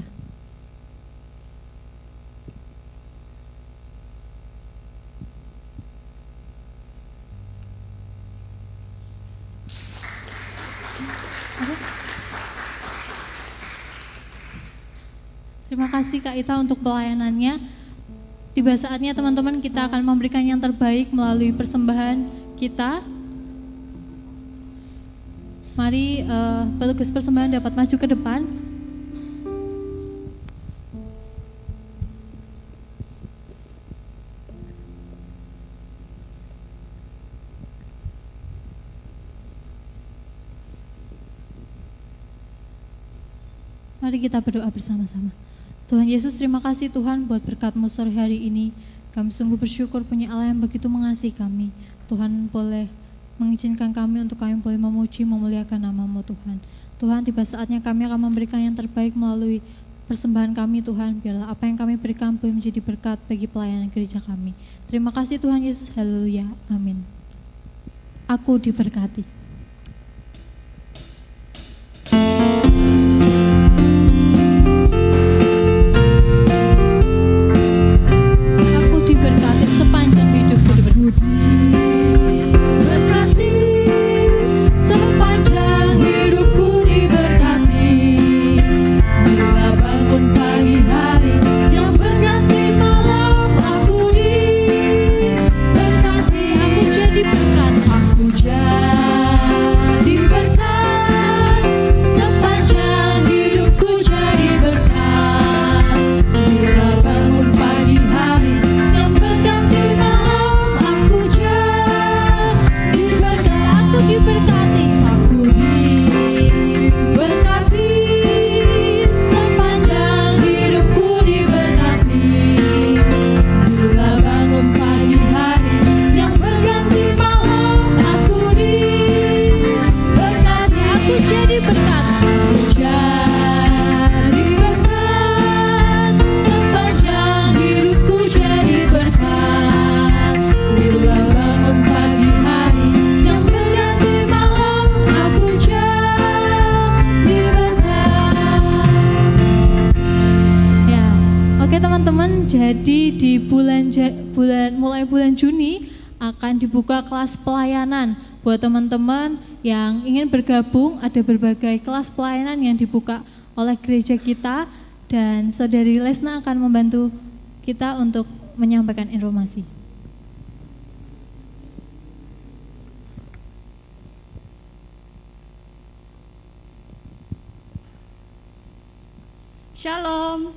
Terima kasih Kak Ita untuk pelayanannya. Tiba saatnya teman-teman kita akan memberikan yang terbaik melalui persembahan kita. Mari petugas persembahan dapat maju ke depan. Mari kita berdoa bersama-sama. Tuhan Yesus, terima kasih Tuhan buat berkat-Mu sore hari ini. Kami sungguh bersyukur punya Allah yang begitu mengasihi kami. Tuhan boleh mengizinkan kami untuk kami boleh memuji, memuliakan nama-Mu Tuhan. Tuhan, tiba saatnya kami akan memberikan yang terbaik melalui persembahan kami Tuhan. Biarlah apa yang kami berikan boleh menjadi berkat bagi pelayanan gereja kami. Terima kasih Tuhan Yesus, haleluya, amin. Aku diberkati. diberkati, aku diberkati, sepanjang hidupku diberkati. Bila bangun pagi hari, siang berganti malam, aku diberkati, aku jadi berkat, aku jadi berkat, sepanjang hidupku jadi berkat. Bila bangun pagi hari, siang berganti malam, aku jadi berkat. Ya, oke teman-teman, jadi di mulai bulan Juni akan dibuka kelas pelayanan buat teman-teman yang ingin bergabung. Ada berbagai kelas pelayanan yang dibuka oleh gereja kita, dan Saudari Lesna akan membantu kita untuk menyampaikan informasi. Shalom.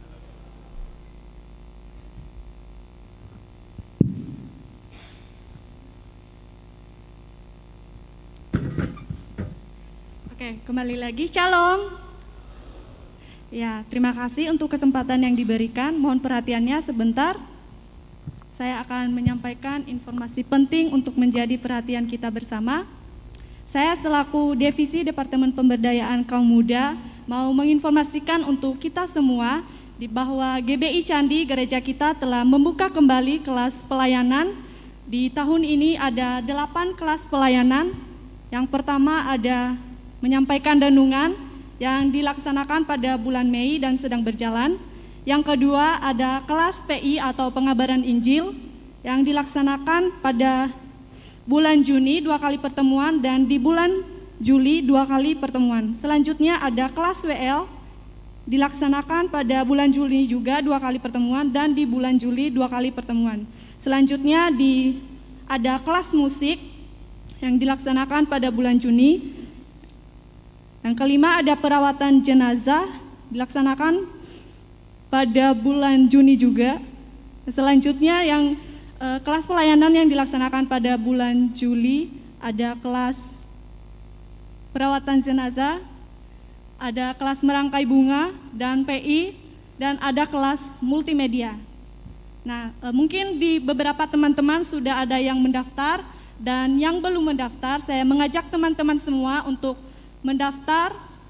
Oke, kembali lagi. Shalom. Ya, terima kasih untuk kesempatan yang diberikan. Mohon perhatiannya sebentar. Saya akan menyampaikan informasi penting untuk menjadi perhatian kita bersama. Saya selaku Divisi Departemen Pemberdayaan Kaum Muda mau menginformasikan untuk kita semua bahwa GBI Candi gereja kita telah membuka kembali kelas pelayanan. Di tahun ini ada 8 kelas pelayanan. Yang pertama ada menyampaikan renungan yang dilaksanakan pada bulan Mei dan sedang berjalan. Yang kedua ada kelas PI atau pengabaran Injil yang dilaksanakan pada bulan Juni 2 kali pertemuan, dan di bulan Juli 2 kali pertemuan. Selanjutnya ada kelas WL dilaksanakan pada bulan Juli juga 2 kali pertemuan, dan di bulan Juli 2 kali pertemuan. Selanjutnya ada kelas musik yang dilaksanakan pada bulan Juni. Yang kelima ada perawatan jenazah dilaksanakan pada bulan Juni juga. Selanjutnya yang kelas pelayanan yang dilaksanakan pada bulan Juli ada kelas perawatan jenazah, ada kelas merangkai bunga dan PI, dan ada kelas multimedia. Nah, mungkin di beberapa teman-teman sudah ada yang mendaftar, dan yang belum mendaftar saya mengajak teman-teman semua untuk mendaftar.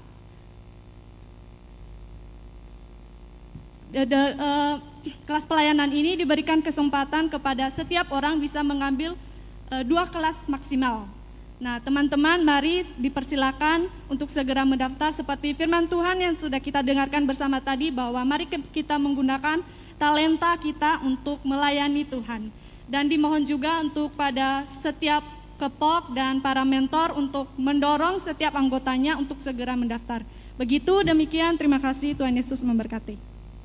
Kelas pelayanan ini diberikan kesempatan kepada setiap orang bisa mengambil 2 kelas maksimal. Nah, teman-teman mari dipersilakan untuk segera mendaftar, seperti firman Tuhan yang sudah kita dengarkan bersama tadi, bahwa mari kita menggunakan talenta kita untuk melayani Tuhan. Dan dimohon juga untuk pada setiap Kepok dan para mentor untuk mendorong setiap anggotanya untuk segera mendaftar. Begitu, demikian, terima kasih, Tuhan Yesus memberkati.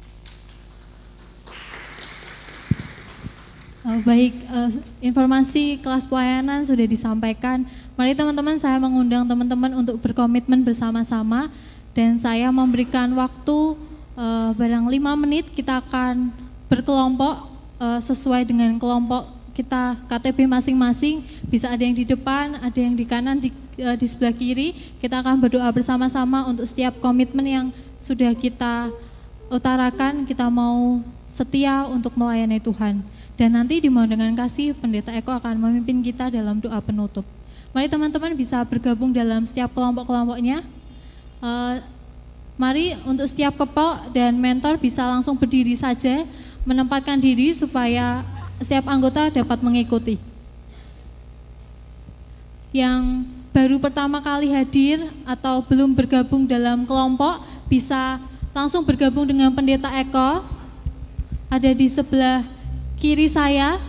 Baik, informasi kelas pelayanan sudah disampaikan. Mari teman-teman, saya mengundang teman-teman untuk berkomitmen bersama-sama, dan saya memberikan waktu barang 5 menit. Kita akan berkelompok sesuai dengan kelompok kita KTP masing-masing. Bisa ada yang di depan, ada yang di kanan, di sebelah kiri. Kita akan berdoa bersama-sama untuk setiap komitmen yang sudah kita utarakan. Kita mau setia untuk melayani Tuhan. Dan nanti dimohon dengan kasih Pendeta Eko akan memimpin kita dalam doa penutup. Mari teman-teman bisa bergabung dalam setiap kelompok-kelompoknya. Mari untuk setiap kepok dan mentor bisa langsung berdiri saja, menempatkan diri supaya setiap anggota dapat mengikuti. Yang baru pertama kali hadir atau belum bergabung dalam kelompok bisa langsung bergabung dengan Pendeta Eko. Ada di sebelah kiri saya.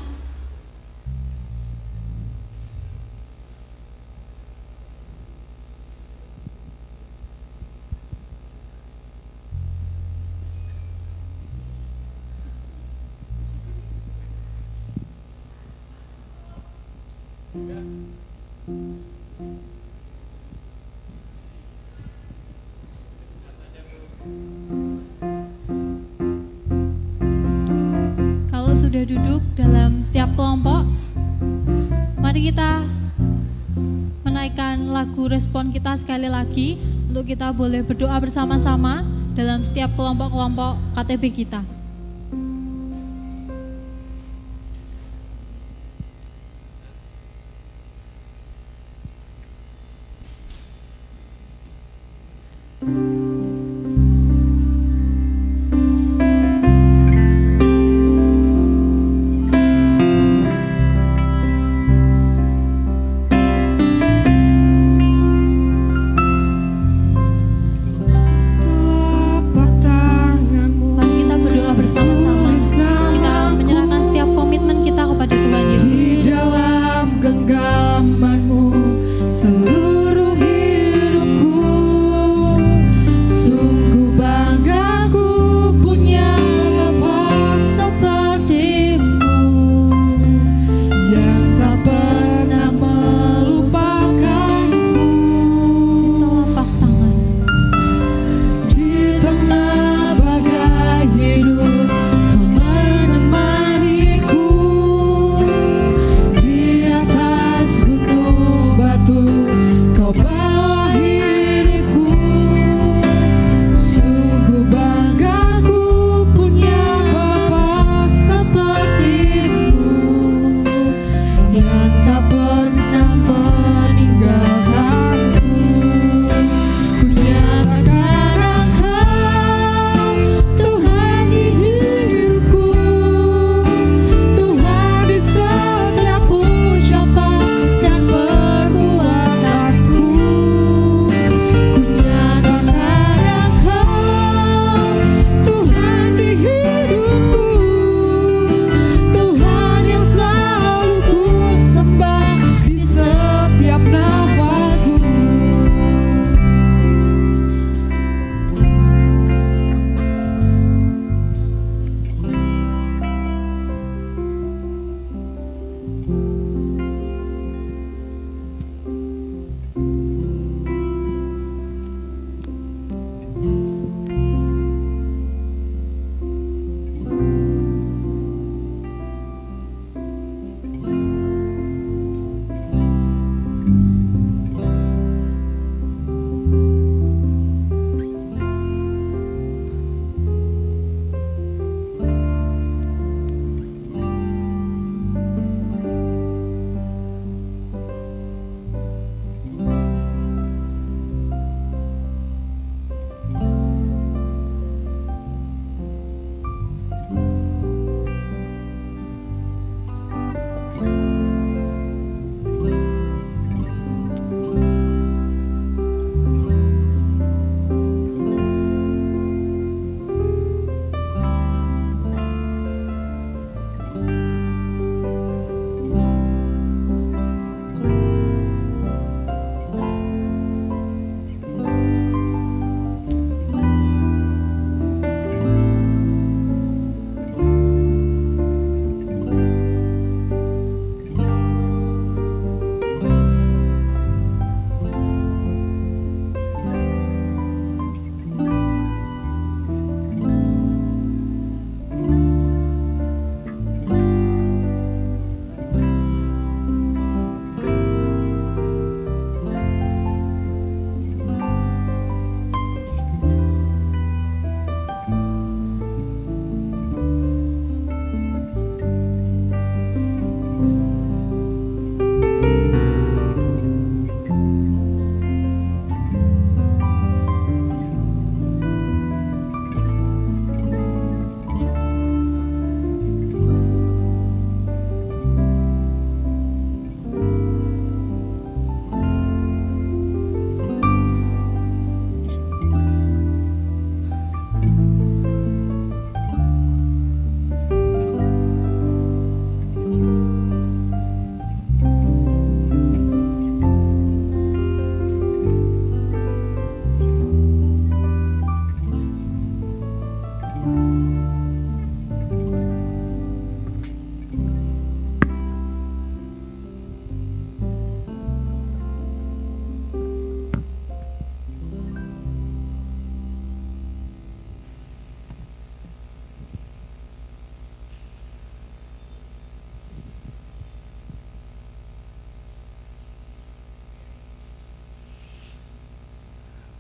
Kalau sudah duduk dalam setiap kelompok, mari kita menaikkan menunaikan lagu respon kita sekali lagi untuk kita boleh berdoa bersama-sama dalam setiap kelompok-kelompok KTB kita.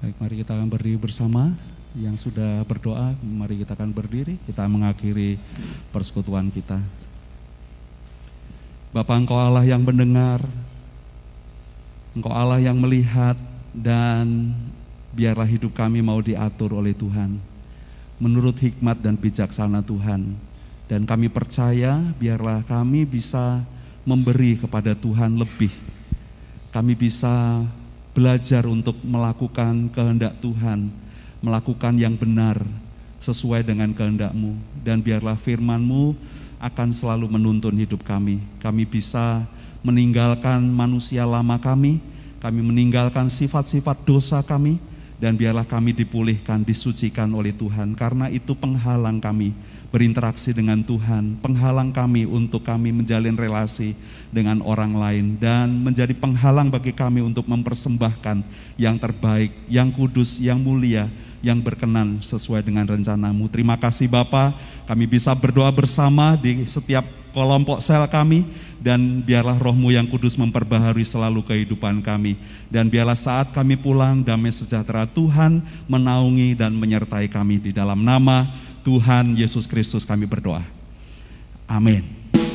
Baik, mari kita akan berdiri bersama. Yang sudah berdoa, mari kita akan berdiri. Kita mengakhiri persekutuan kita. Bapa, Engkau Allah yang mendengar, Engkau Allah yang melihat, dan biarlah hidup kami mau diatur oleh Tuhan menurut hikmat dan bijaksana Tuhan. Dan kami percaya biarlah kami bisa memberi kepada Tuhan lebih. Kami bisa belajar untuk melakukan kehendak Tuhan, melakukan yang benar sesuai dengan kehendak-Mu, dan biarlah firman-Mu akan selalu menuntun hidup kami. Kami bisa meninggalkan manusia lama kami meninggalkan sifat-sifat dosa kami, dan biarlah kami dipulihkan, disucikan oleh Tuhan, karena itu penghalang kami berinteraksi dengan Tuhan, penghalang kami untuk kami menjalin relasi dengan orang lain, dan menjadi penghalang bagi kami untuk mempersembahkan yang terbaik, yang kudus, yang mulia, yang berkenan sesuai dengan rencana-Mu. Terima kasih Bapa, kami bisa berdoa bersama di setiap kelompok sel kami, dan biarlah Roh-Mu yang kudus memperbaharui selalu kehidupan kami. Dan biarlah saat kami pulang, damai sejahtera Tuhan menaungi dan menyertai kami. Di dalam nama Tuhan Yesus Kristus kami berdoa. Amin.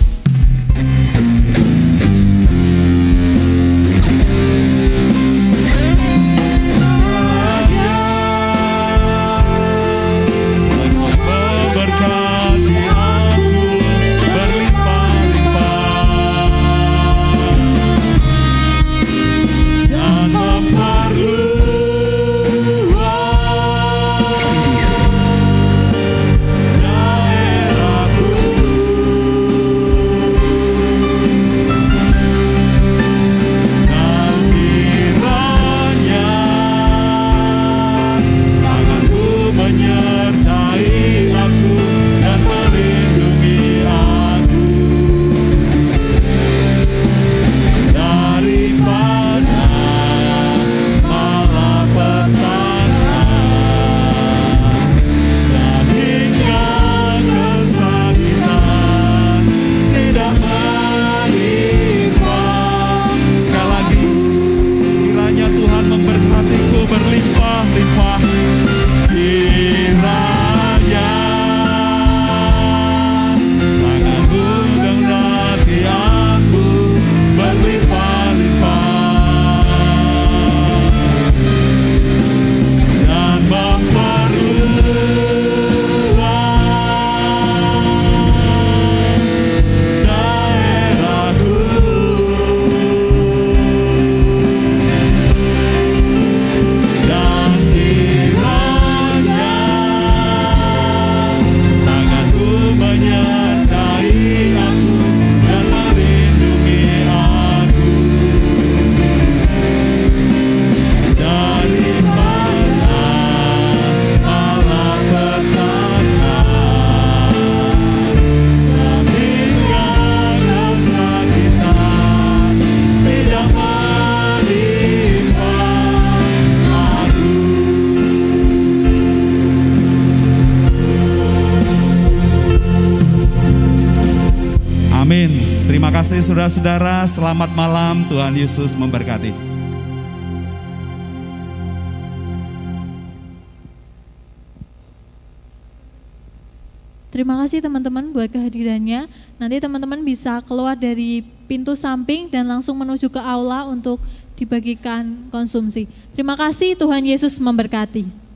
Terima kasih saudara-saudara, selamat malam, Tuhan Yesus memberkati. Terima kasih teman-teman buat kehadirannya. Nanti teman-teman bisa keluar dari pintu samping dan langsung menuju ke aula untuk dibagikan konsumsi. Terima kasih, Tuhan Yesus memberkati.